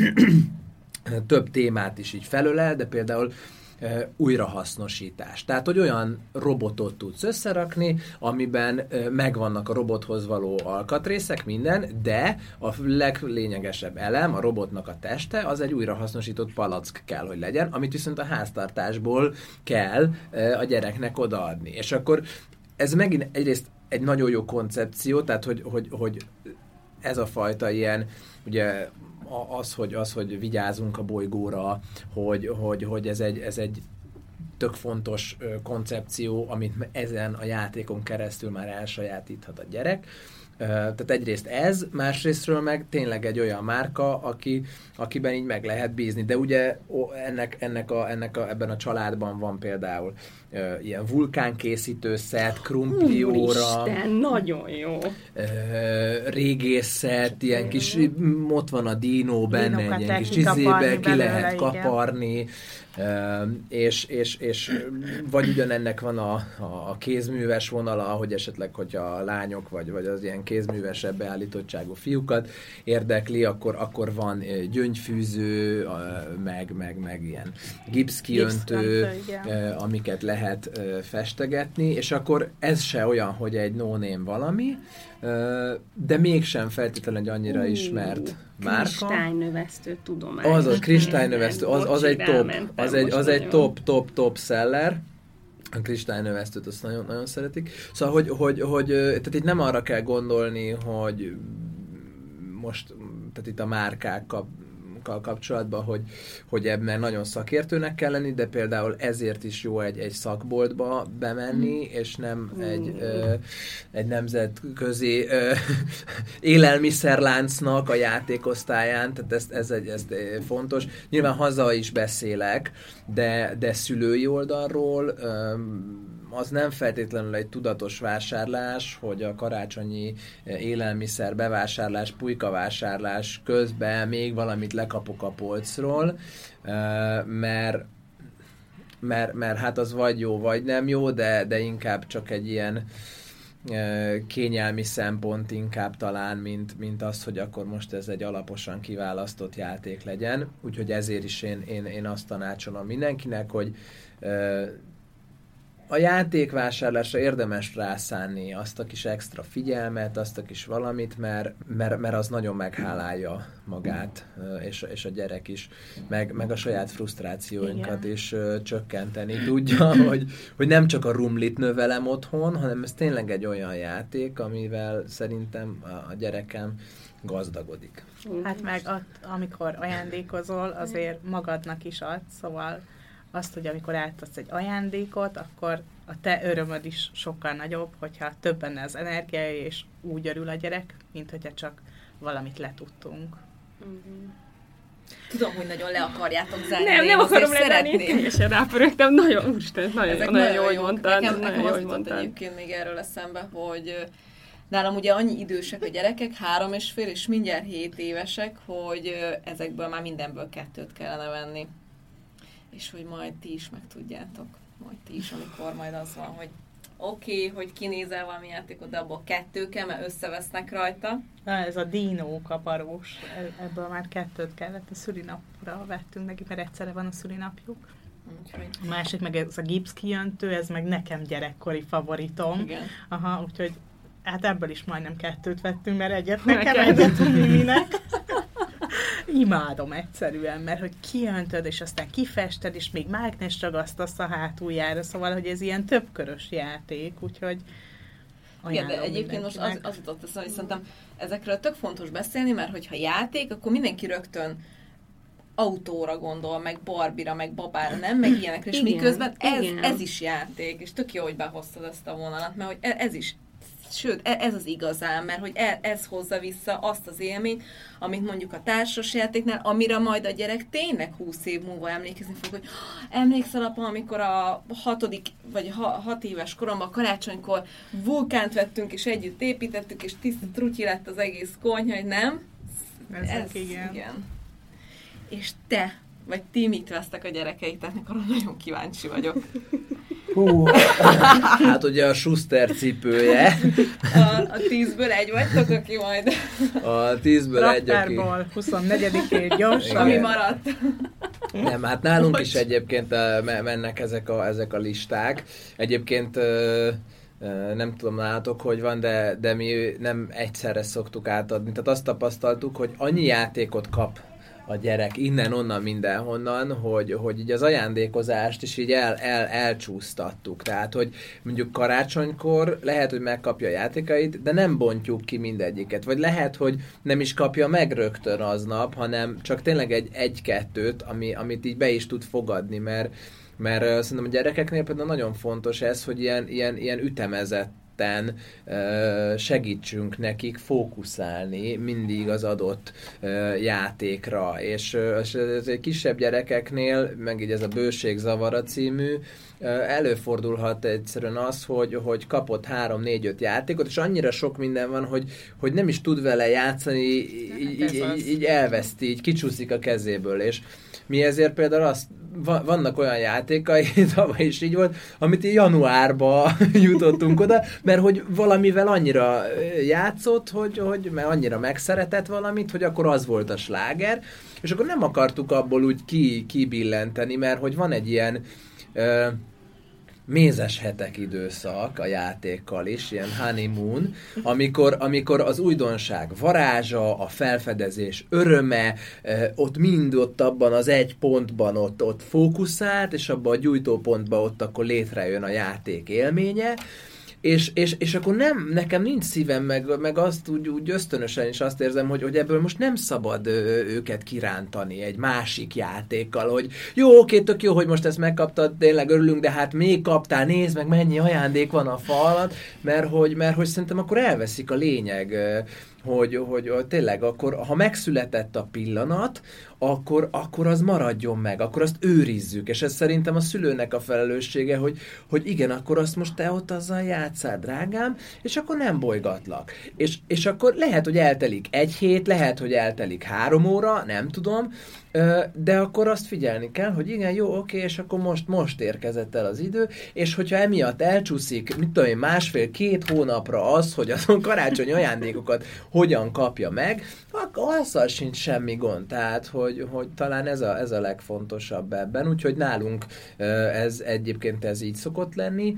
Több témát is így felölel, de például újrahasznosítás. Tehát, hogy olyan robotot tudsz összerakni, amiben megvannak a robothoz való alkatrészek, minden, de a leglényegesebb elem, a robotnak a teste, az egy újrahasznosított palack kell, hogy legyen, amit viszont a háztartásból kell a gyereknek odaadni. És akkor ez megint egyrészt egy nagyon jó koncepció, tehát, hogy, hogy, hogy ez a fajta ilyen, ugye az, hogy, az, hogy vigyázunk a bolygóra, hogy, hogy, hogy ez, egy, ez egy tök fontos koncepció, amit ezen a játékon keresztül már elsajátíthat a gyerek. Tehát egyrészt ez, másrésztről meg tényleg egy olyan márka, aki, akiben így meg lehet bízni. De ugye ennek, ennek, a, ennek a, ebben a családban van például uh, ilyen vulkánkészítő szett, krumplióra. Úristen, nagyon jó. Uh, régészet, ilyen kis, ott van a dínó benne, egy ilyen kis csizébe ki lehet kaparni. Uh, és, és, és vagy ugyanennek van a, a kézműves vonala, hogy esetleg, hogyha a lányok vagy, vagy az ilyen kézművesebb beállítottságú fiúkat érdekli, akkor, akkor van gyöngyfűző, meg, meg, meg ilyen gipszkiöntő, amiket lehet festegetni, és akkor ez se olyan, hogy egy no-name valami, de mégsem feltétlenül egy annyira ismert márka. Kristálynövesztő tudomány. Az a kristálynövesztő, az, az egy top, az egy, az egy top, top, top seller. A kristálynövesztőt azt nagyon, nagyon szeretik. Szóval, hogy, hogy, hogy tehát itt nem arra kell gondolni, hogy most, tehát itt a márkákkal kapcsolatban, hogy, hogy ebben nagyon szakértőnek kell lenni, de például ezért is jó egy, egy szakboltba bemenni, mm. és nem mm. egy, ö, egy nemzetközi ö, élelmiszerláncnak a játékosztályán, tehát ez, ez, egy, ez fontos. Nyilván haza is beszélek, de, de szülői oldalról ö, az nem feltétlenül egy tudatos vásárlás, hogy a karácsonyi élelmiszer bevásárlás, pulykavásárlás közben még valamit lekapok a polcról, mert, mert, mert hát az vagy jó, vagy nem jó, de, de inkább csak egy ilyen kényelmi szempont inkább talán, mint, mint az, hogy akkor most ez egy alaposan kiválasztott játék legyen. Úgyhogy ezért is én, én, én azt tanácsolom mindenkinek, hogy a játékvásárlásra érdemes rászánni azt a kis extra figyelmet, azt a kis valamit, mert, mert, mert az nagyon meghálálja magát, és, és a gyerek is, meg, meg a saját frusztrációinkat Igen. is uh, csökkenteni tudja, hogy, hogy nem csak a rumlit növelem otthon, hanem ez tényleg egy olyan játék, amivel szerintem a, a gyerekem gazdagodik. Hát meg at, amikor ajándékozol, azért magadnak is adsz, szóval azt, hogy amikor átadsz egy ajándékot, akkor a te örömöd is sokkal nagyobb, hogyha több benne az energia, és úgy örül a gyerek, mint hogyha csak valamit letudtunk. Mm-hmm. Tudom, hogy nagyon le akarjátok zárni. Nem, nem akarom lezárni. Teljesen rápörögtem. Nagyon, úristen, nagyon, nagyon, nagyon jól mondtad. Nekem, nekem az jutott egyébként még erről eszembe, hogy nálam ugye annyi idősek a gyerekek, három és fél, és mindjárt hét évesek, hogy ezekből már mindenből kettőt kellene venni. És hogy majd ti is meg tudjátok, majd ti is, amikor majd az van, hogy oké, okay, hogy kinézel valami játékot, de abból kettő kell, mert összevesznek rajta. Na, ez a dínó kaparós, ebből már kettőt kellett, a szülinapra vettünk neki, mert egyszerre van a szülinapjuk. Úgyhogy. A másik meg ez a gipszkijöntő, ez meg nekem gyerekkori favoritom. Igen. Aha, úgyhogy hát ebből is majdnem kettőt vettünk, mert egyet nekem, egyet tudni minek. Imádom egyszerűen, mert hogy kijöntöd, és aztán kifested, és még mágnes ragasztasz a hátuljára, szóval, hogy ez ilyen többkörös játék, úgyhogy igen, de egyébként most az, az jutott eszembe, hogy szerintem ezekről tök fontos beszélni, mert hogyha játék, akkor mindenki rögtön autóra gondol, meg Barbie-ra, meg babára, nem, meg ilyenekre, és miközben ez, ez is játék, és tök jó, hogy behoztad ezt a vonalat, mert hogy ez is sőt, ez az igazán, mert hogy ez hozza vissza azt az élményt, amit mondjuk a társasjátéknál, amire majd a gyerek tényleg húsz év múlva emlékezni fog, hogy emlékszel apa, amikor a hatodik vagy ha, hat éves koromban karácsonykor vulkánt vettünk, és együtt építettük, és tiszta trutyi lett az egész konyha, hogy nem? Ezek ez, igen. igen. És te, vagy ti mit vesztek a gyerekeiteknek, arra nagyon kíváncsi vagyok. Hú, hát ugye a Schuster cipője. A, a tízből egy vagytok, aki majd... A tízből egy, aki... Rakpárból huszonnegyedikén gyorsan. Ami maradt. Nem, hát nálunk Bocs. is egyébként mennek ezek a, ezek a listák. Egyébként nem tudom nálatok, hogy van, de, de mi nem egyszerre szoktuk átadni. Tehát azt tapasztaltuk, hogy annyi játékot kap a gyerek innen-onnan mindenhonnan, hogy, hogy így az ajándékozást is így el, el, elcsúsztattuk. Tehát, hogy mondjuk karácsonykor lehet, hogy megkapja a játékait, de nem bontjuk ki mindegyiket. Vagy lehet, hogy nem is kapja meg rögtön aznap, hanem csak tényleg egy egy-kettőt, ami, amit így be is tud fogadni, mert, mert szerintem a gyerekeknél például nagyon fontos ez, hogy ilyen, ilyen, ilyen ütemezett segítsünk nekik fókuszálni mindig az adott játékra, és ez egy kisebb gyerekeknél, meg így ez a Bőségzavara című, előfordulhat egyszerűen az, hogy, hogy kapott három, négy, öt játékot, és annyira sok minden van, hogy, hogy nem is tud vele játszani, így, így, így elveszti, így kicsúszik a kezéből, és mi ezért például azt vannak olyan játékai, tavaly is így volt, amit januárba jutottunk oda, mert hogy valamivel annyira játszott, hogy, hogy mert annyira megszeretett valamit, hogy akkor az volt a sláger, és akkor nem akartuk abból úgy ki, kibillenteni, mert hogy van egy ilyen ö, mézes hetek időszak a játékkal is, ilyen honeymoon, amikor, amikor az újdonság varázsa, a felfedezés öröme, ott mind ott abban az egy pontban ott, ott fókuszált, és abban a gyújtópontban ott akkor létrejön a játék élménye, És, és, és akkor nem, nekem nincs szívem, meg, meg azt úgy, úgy ösztönösen is azt érzem, hogy, hogy ebből most nem szabad ö, őket kirántani egy másik játékkal, hogy jó, oké, tök jó, hogy most ezt megkaptad, tényleg örülünk, de hát még kaptál, nézd meg, mennyi ajándék van a falat, mert hogy, mert hogy szerintem akkor elveszik a lényeg, hogy, hogy, hogy tényleg akkor, ha megszületett a pillanat, akkor, akkor az maradjon meg, akkor azt őrizzük, és ez szerintem a szülőnek a felelőssége, hogy, hogy igen, akkor azt most te ott azzal játsszál, drágám, és akkor nem bolygatlak. És, és akkor lehet, hogy eltelik egy hét, lehet, hogy eltelik három óra, nem tudom, de akkor azt figyelni kell, hogy igen, jó, oké, és akkor most, most érkezett el az idő, és hogyha emiatt elcsúszik, mit tudom én, másfél-két hónapra az, hogy azon karácsonyi ajándékokat hogyan kapja meg, akkor azzal sincs semmi gond. Tehát, hogy, hogy talán ez a, ez a legfontosabb ebben, úgyhogy nálunk ez egyébként ez így szokott lenni.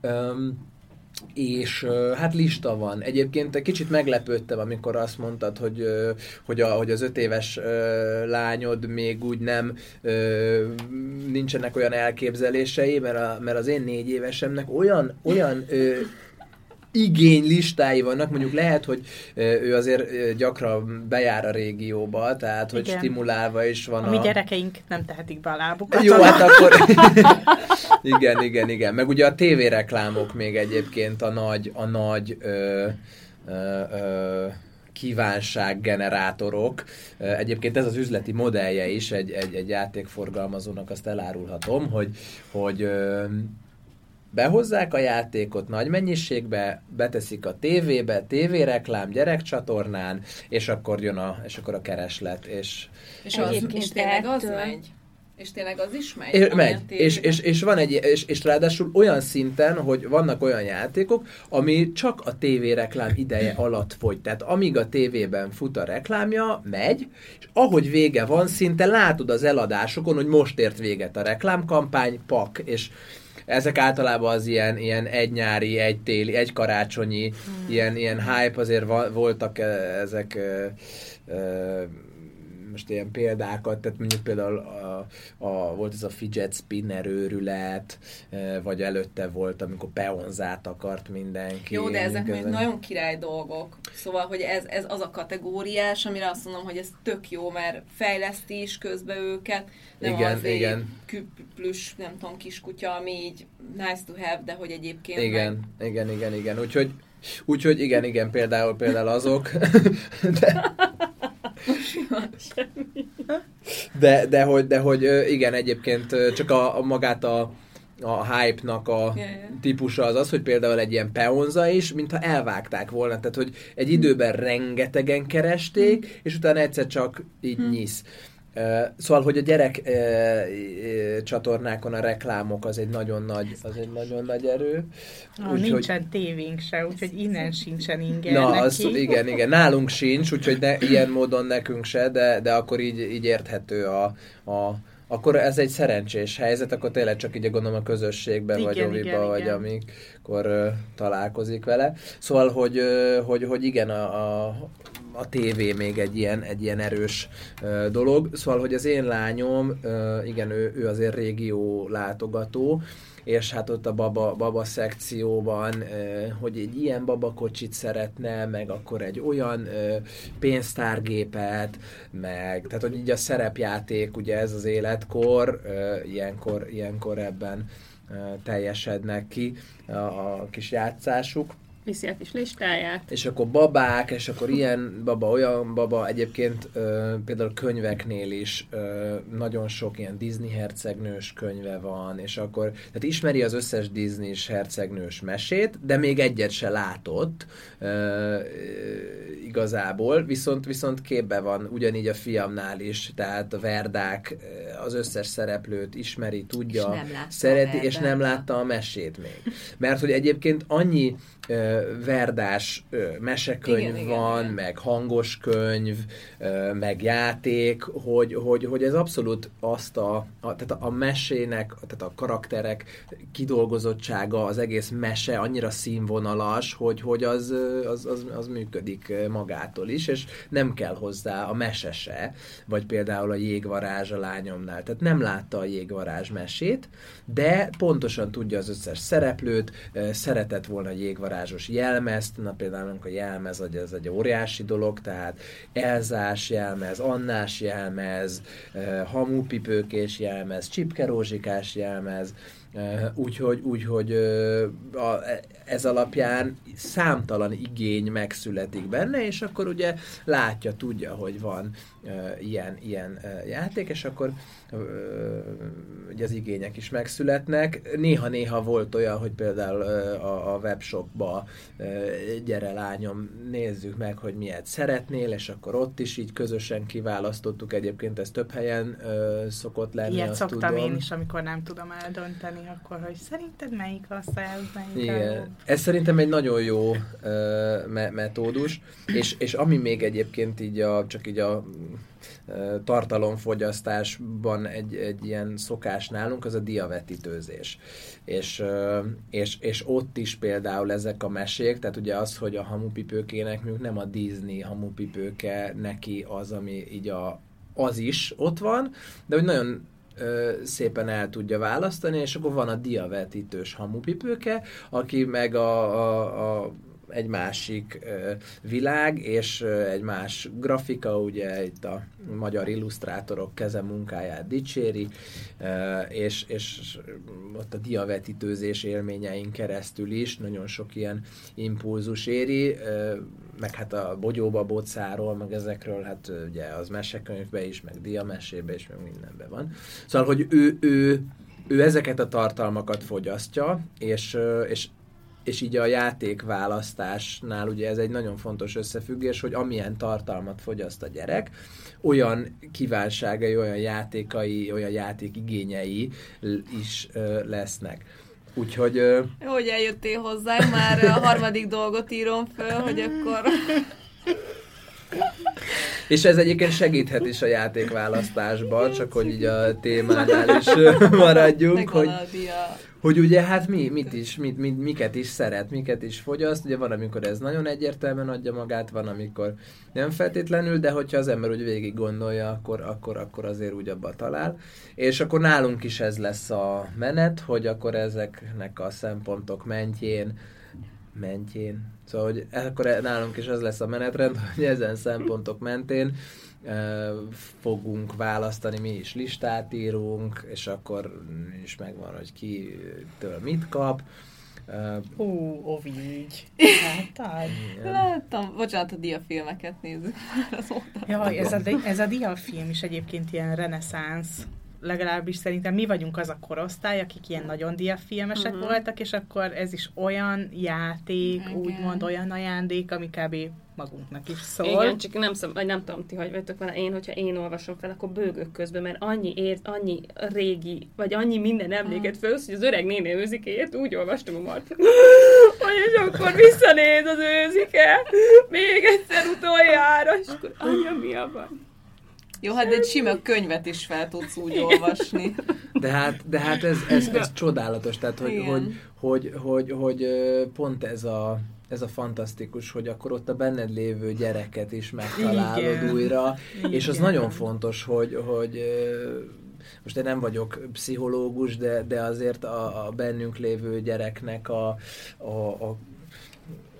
És hát lista van. Egyébként kicsit meglepődtem, amikor azt mondtad, hogy, hogy, a, hogy az öt éves lányod még úgy nem nincsenek olyan elképzelései, mert, a, mert az én négy évesemnek olyan, olyan igénylistái vannak, mondjuk lehet, hogy ő azért gyakran bejár a régióba, tehát hogy igen, stimulálva is van a... A mi gyerekeink nem tehetik be a lábukat. Jó, hát akkor... igen, igen, igen. Meg ugye a tévéreklámok még egyébként a nagy, a nagy ö, ö, ö, kívánsággenerátorok. Egyébként ez az üzleti modellje is egy, egy, egy játékforgalmazónak, azt elárulhatom, hogy, hogy ö, behozzák a játékot nagy mennyiségbe, beteszik a tévébe, tévéreklám, gyerekcsatornán, és akkor jön a, és akkor a kereslet. És, és, az, és tényleg az megy? És tényleg az is megy? És, megy. És, és, és, van egy, és, és ráadásul olyan szinten, hogy vannak olyan játékok, ami csak a tévéreklám ideje alatt fogy. Tehát amíg a tévében fut a reklámja, megy, és ahogy vége van, szinte látod az eladásokon, hogy most ért véget a reklámkampány, pak, és ezek általában az ilyen, ilyen egy nyári, egy téli, egy karácsonyi, hmm. ilyen, ilyen hype, azért voltak ezek, most ilyen példákat, tehát mondjuk például a, a, volt ez a fidget spinner őrület, vagy előtte volt, amikor peonzát akart mindenki. Jó, de ezek még nagyon király dolgok. Szóval, hogy ez, ez az a kategóriás, amire azt mondom, hogy ez tök jó, mert fejleszti is közben őket. Nem igen, az igen. Küplüs, nem tudom, kiskutya, ami így nice to have, de hogy egyébként igen, meg... igen, igen, igen. Úgyhogy, úgyhogy igen, igen, például, például azok. de... De, de, hogy, de hogy igen, egyébként csak a, a magát a, a hype-nak a yeah, yeah. típusa az az, hogy például egy ilyen peonza is, mintha elvágták volna, tehát hogy egy időben rengetegen keresték, mm. és utána egyszer csak így mm. nyisz. Uh, szóval, hogy a gyerek uh, uh, csatornákon a reklámok az egy nagyon nagy, az egy nagyon nagy erő. Ah, úgy, nincsen hogy... tévénk se, úgyhogy innen sincsen inger Na, neki. Az, igen, igen, nálunk sincs, úgyhogy ne, ilyen módon nekünk se, de, de akkor így, így érthető a, a akkor ez egy szerencsés helyzet, akkor tényleg csak így gondolom a közösségben, igen, vagy oviba, igen, vagy igen. amikor uh, találkozik vele. Szóval, hogy, uh, hogy, hogy igen, a, a a tévé még egy ilyen, egy ilyen erős uh, dolog. Szóval, hogy az én lányom, uh, igen, ő, ő azért régió látogató, és hát ott a baba, baba szekcióban, uh, hogy egy ilyen babakocsit szeretne, meg akkor egy olyan uh, pénztárgépet, meg, tehát hogy így a szerepjáték, ugye ez az életkor, uh, ilyenkor, ilyenkor ebben uh, teljesednek ki a, a kis játszásuk. Viszi a kis listáját. És akkor babák, és akkor ilyen baba, olyan baba. Egyébként ö, például könyveknél is ö, nagyon sok ilyen Disney hercegnős könyve van, és akkor, tehát ismeri az összes Disney-s hercegnős mesét, de még egyet se látott ö, ö, igazából, viszont, viszont képbe van ugyanígy a fiamnál is, tehát a Verdák az összes szereplőt ismeri, tudja, szereti, és nem látta a mesét még. Mert hogy egyébként annyi Verdás mesekönyv igen, van, igen, meg hangos könyv, meg játék, hogy, hogy, hogy ez abszolút azt a, a, tehát a mesének, tehát a karakterek kidolgozottsága, az egész mese annyira színvonalas, hogy, hogy az, az, az, az működik magától is, és nem kell hozzá a mese se, vagy például a Jégvarázs a lányomnál. Tehát nem látta a Jégvarázs mesét, de pontosan tudja az összes szereplőt, szeretett volna a Jégvarázsos jelmezt, na például a jelmez, az egy óriási dolog, tehát Elzás jelmez, Annás jelmez, Hamupipőkés jelmez, Csipkerózsikás jelmez, úgyhogy, úgyhogy ez alapján számtalan igény megszületik benne, és akkor ugye látja, tudja, hogy van ilyen, ilyen játék, és akkor ugye az igények is megszületnek. Néha-néha volt olyan, hogy például a, a webshopba gyere lányom, nézzük meg, hogy miért szeretnél, és akkor ott is így közösen kiválasztottuk. Egyébként ez több helyen szokott lenni. Ilyet azt szoktam tudom. én is, amikor nem tudom eldönteni, akkor, hogy szerinted melyik a száz, melyik Igen. a... Ez szerintem egy nagyon jó uh, me- metódus, és, és ami még egyébként így a, csak így a uh, tartalomfogyasztásban egy, egy ilyen szokás nálunk, az a diavetítőzés. És, uh, és, és ott is például ezek a mesék, tehát ugye az, hogy a Hamupipőkének mondjuk nem a Disney Hamupipőke neki az, ami így a, az is ott van, de hogy nagyon szépen el tudja választani, és akkor van a diavetítős Hamupipőke, aki meg a, a, a egy másik uh, világ, és uh, egy más grafika, ugye itt a magyar illusztrátorok keze munkáját dicséri, uh, és, és ott a diavetítőzés élményein keresztül is nagyon sok ilyen impulzus éri, uh, meg hát a Bogyóba Bocáról, meg ezekről, hát ugye az mesekönyvben is, meg diamesébe is, meg mindenben van. Szóval, hogy ő, ő, ő ezeket a tartalmakat fogyasztja, és, és és így a játékválasztásnál ugye ez egy nagyon fontos összefüggés, hogy amilyen tartalmat fogyaszt a gyerek, olyan kívánságai, olyan játékai, olyan játékigényei is ö, lesznek. Úgyhogy... Ö... Hogy eljöttél hozzá, már a harmadik dolgot írom föl, hogy akkor... És ez egyébként segíthet is a játékválasztásban, csak hogy így a témánál is maradjunk, hogy, hogy ugye hát mi, mit is, mit, mit, miket is szeret, miket is fogyaszt. Ugye van, amikor ez nagyon egyértelműen adja magát, van, amikor nem feltétlenül, de hogyha az ember úgy végig gondolja, akkor, akkor, akkor azért úgy abba talál. És akkor nálunk is ez lesz a menet, hogy akkor ezeknek a szempontok mentjén mentjén. Szóval, hogy akkor nálunk is az lesz a menetrend, hogy ezen szempontok mentén e, fogunk választani, mi is listát írunk, és akkor is megvan, hogy kitől mit kap. Ó, uh, Ovigy. Láttad? Láttam. Bocsánat, a diafilmeket nézzük. Jaj, ez a, ez a diafilm is egyébként ilyen reneszánsz. Legalábbis szerintem mi vagyunk az a korosztály, akik ilyen nagyon diafilmesek uh-huh. voltak, és akkor ez is olyan játék, igen. úgymond olyan ajándék, ami kb. Magunknak is szól. Igen, csak nem, szom, vagy nem tudom, ti hogy vagytok vele, én, hogyha én olvasom fel, akkor bőgök közben, mert annyi ért, annyi régi, vagy annyi minden emléket fölsz, hogy az öreg néni őzikéért úgy olvastam a Martin, hogy és akkor visszanéz az őzike, még egyszer utoljára, és akkor anya, mi a van? Jó, hát egy sima könyvet is fel tudsz úgy olvasni. De hát, de hát ez, ez, ez csodálatos, tehát hogy, hogy, hogy, hogy, hogy pont ez a, ez a fantasztikus, hogy akkor ott a benned lévő gyereket is megtalálod igen. újra, igen. és az igen. nagyon fontos, hogy, hogy most én nem vagyok pszichológus, de, de azért a, a bennünk lévő gyereknek a, a, a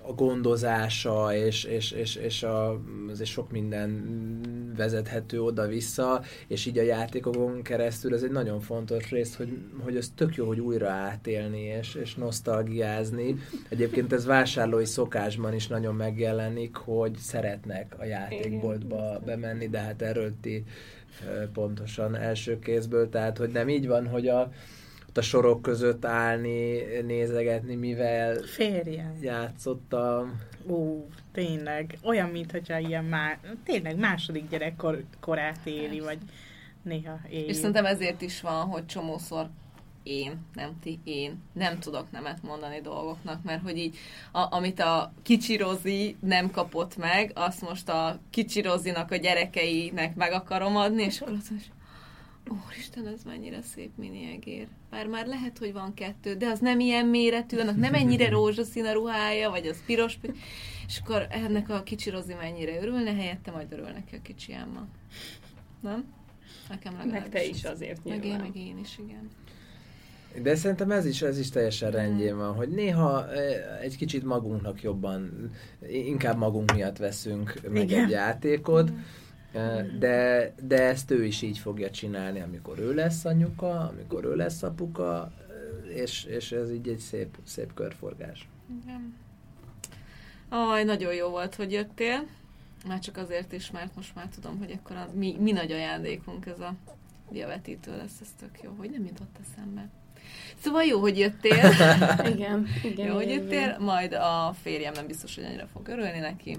a gondozása, és, és, és, és a, azért sok minden vezethető oda-vissza, és így a játékokon keresztül ez egy nagyon fontos rész, hogy, hogy ez tök jó, hogy újra átélni, és, és nosztalgiázni. Egyébként ez vásárlói szokásban is nagyon megjelenik, hogy szeretnek a játékboltba bemenni, de hát erről ti pontosan első kézből, tehát hogy nem így van, hogy a a sorok között állni, nézegetni, mivel Férjem. játszottam. Ó, tényleg. Olyan, mintha ilyen má... tényleg második gyerekkor korát éli, vagy néha éli. És szerintem ezért is van, hogy csomószor én, nem ti, én nem tudok nemet mondani dolgoknak, mert hogy így, a, amit a kicsi Rozi nem kapott meg, azt most a kicsi Rozinak a gyerekeinek meg akarom adni, és akkor azt mondja, úristen, ez mennyire szép mini egér. Bár már lehet, hogy van kettő, de az nem ilyen méretű, annak nem ennyire rózsaszín a ruhája, vagy az piros, és akkor ennek a kicsi Rozi mennyire örülne, helyette majd örül neki a kicsi Emma. Nem? Nekem legalábbis. Meg te is azért nyilván. Meg én, meg én is, igen. De szerintem ez is, ez is teljesen rendjén van, hogy néha egy kicsit magunknak jobban, inkább magunk miatt veszünk meg igen. egy játékot, De, de ezt ő is így fogja csinálni, amikor ő lesz anyuka, amikor ő lesz apuka, és, és ez így egy szép, szép körforgás. Igen. Aj, nagyon jó volt, hogy jöttél. Már csak azért is, mert most már tudom, hogy akkor a mi, mi nagy ajándékunk ez a diavetítő lesz, ez tök jó, hogy nem jutott eszembe. Szóval jó, hogy jöttél. Igen, igen. Jó, hogy igen, jöttél, igen. majd a férjem nem biztos, hogy annyira fog örülni neki.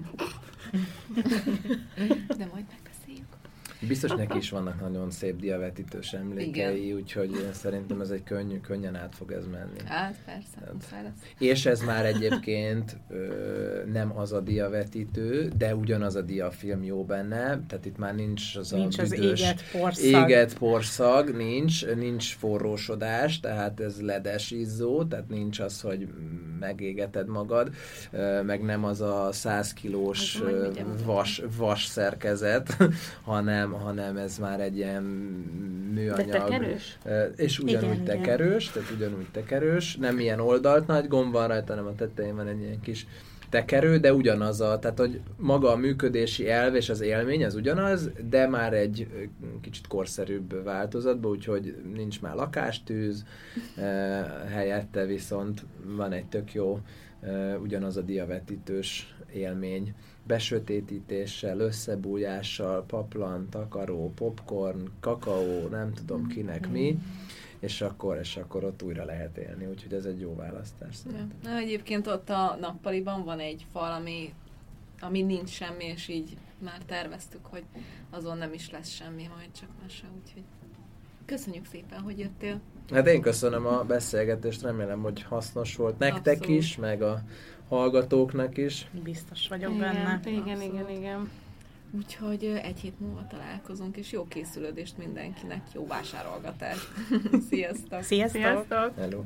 De majd megbeszéljük. Biztos neki is vannak nagyon szép diavetítős emlékei, igen. Úgyhogy szerintem ez egy könnyű, könnyen át fog ez menni. Hát persze, hát. És ez már egyébként ö, nem az a diavetítő, de ugyanaz a diafilm jó benne, tehát itt már nincs az nincs a az büdös, égett porszag. égett porszag, nincs, nincs forrósodás, tehát ez ledes izzó, tehát nincs az, hogy megégeted magad, ö, meg nem az a száz kilós ö, vas, vas szerkezet, hanem hanem ez már egy ilyen műanyag. De tekerős? És ugyanúgy igen, tekerős, igen. Tehát ugyanúgy tekerős, nem ilyen oldalt nagy gomb van rajta, hanem a tetején van egy ilyen kis tekerő, de ugyanaz a, tehát hogy maga a működési elv és az élmény az ugyanaz, de már egy kicsit korszerűbb változatban, úgyhogy nincs már lakástűz, helyette viszont van egy tök jó, ugyanaz a diavetítős élmény, besötétítéssel, összebújással, paplan, takaró, popcorn, kakaó, nem tudom kinek mi, és akkor, és akkor ott újra lehet élni, úgyhogy ez egy jó választás szerintem. Ja. Na, egyébként ott a nappaliban van egy fal, ami, ami nincs semmi, és így már terveztük, hogy azon nem is lesz semmi, majd csak mese, úgyhogy köszönjük szépen, hogy jöttél. Hát én köszönöm a beszélgetést, remélem, hogy hasznos volt nektek Abszolút. is, meg a hallgatóknak is. Biztos vagyok igen, benne. Igen, Abszolút. igen, igen. Úgyhogy egy hét múlva találkozunk, és jó készülődést mindenkinek, jó vásárolgatást. Sziasztok! Sziasztok! Sziasztok! Hello!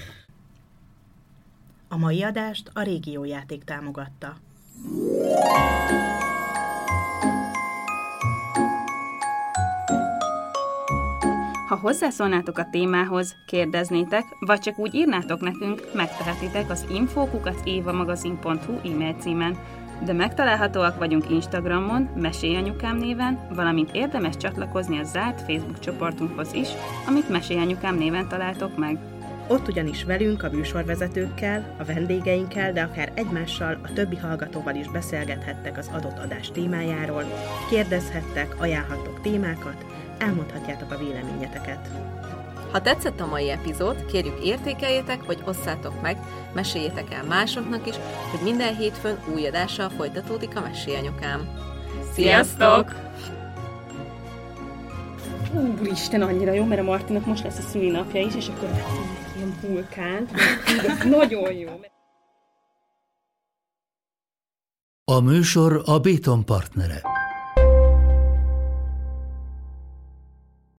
A mai adást a Régiójáték támogatta. Ha hozzászólnátok a témához, kérdeznétek, vagy csak úgy írnátok nekünk, megtehetitek az info kukac évamagazin pont hu e-mail címen. De megtalálhatóak vagyunk Instagramon, Mesélyanyukám néven, valamint érdemes csatlakozni a zárt Facebook csoportunkhoz is, amit Mesélyanyukám néven találtok meg. Ott ugyanis velünk, a műsorvezetőkkel, a vendégeinkkel, de akár egymással, a többi hallgatóval is beszélgethettek az adott adás témájáról, kérdezhettek, ajánlhattok témákat, elmondhatjátok a véleményeteket. Ha tetszett a mai epizód, kérjük értékeljétek, vagy osszátok meg, meséljétek el másoknak is, hogy minden hétfőn új adással folytatódik a Mesélyanyukám. Sziasztok! Úristen, annyira jó, mert a Martinak most lesz a szülinapja is, és akkor veszünk ilyen vulkánt. Nagyon jó. A műsor a Béton partnere.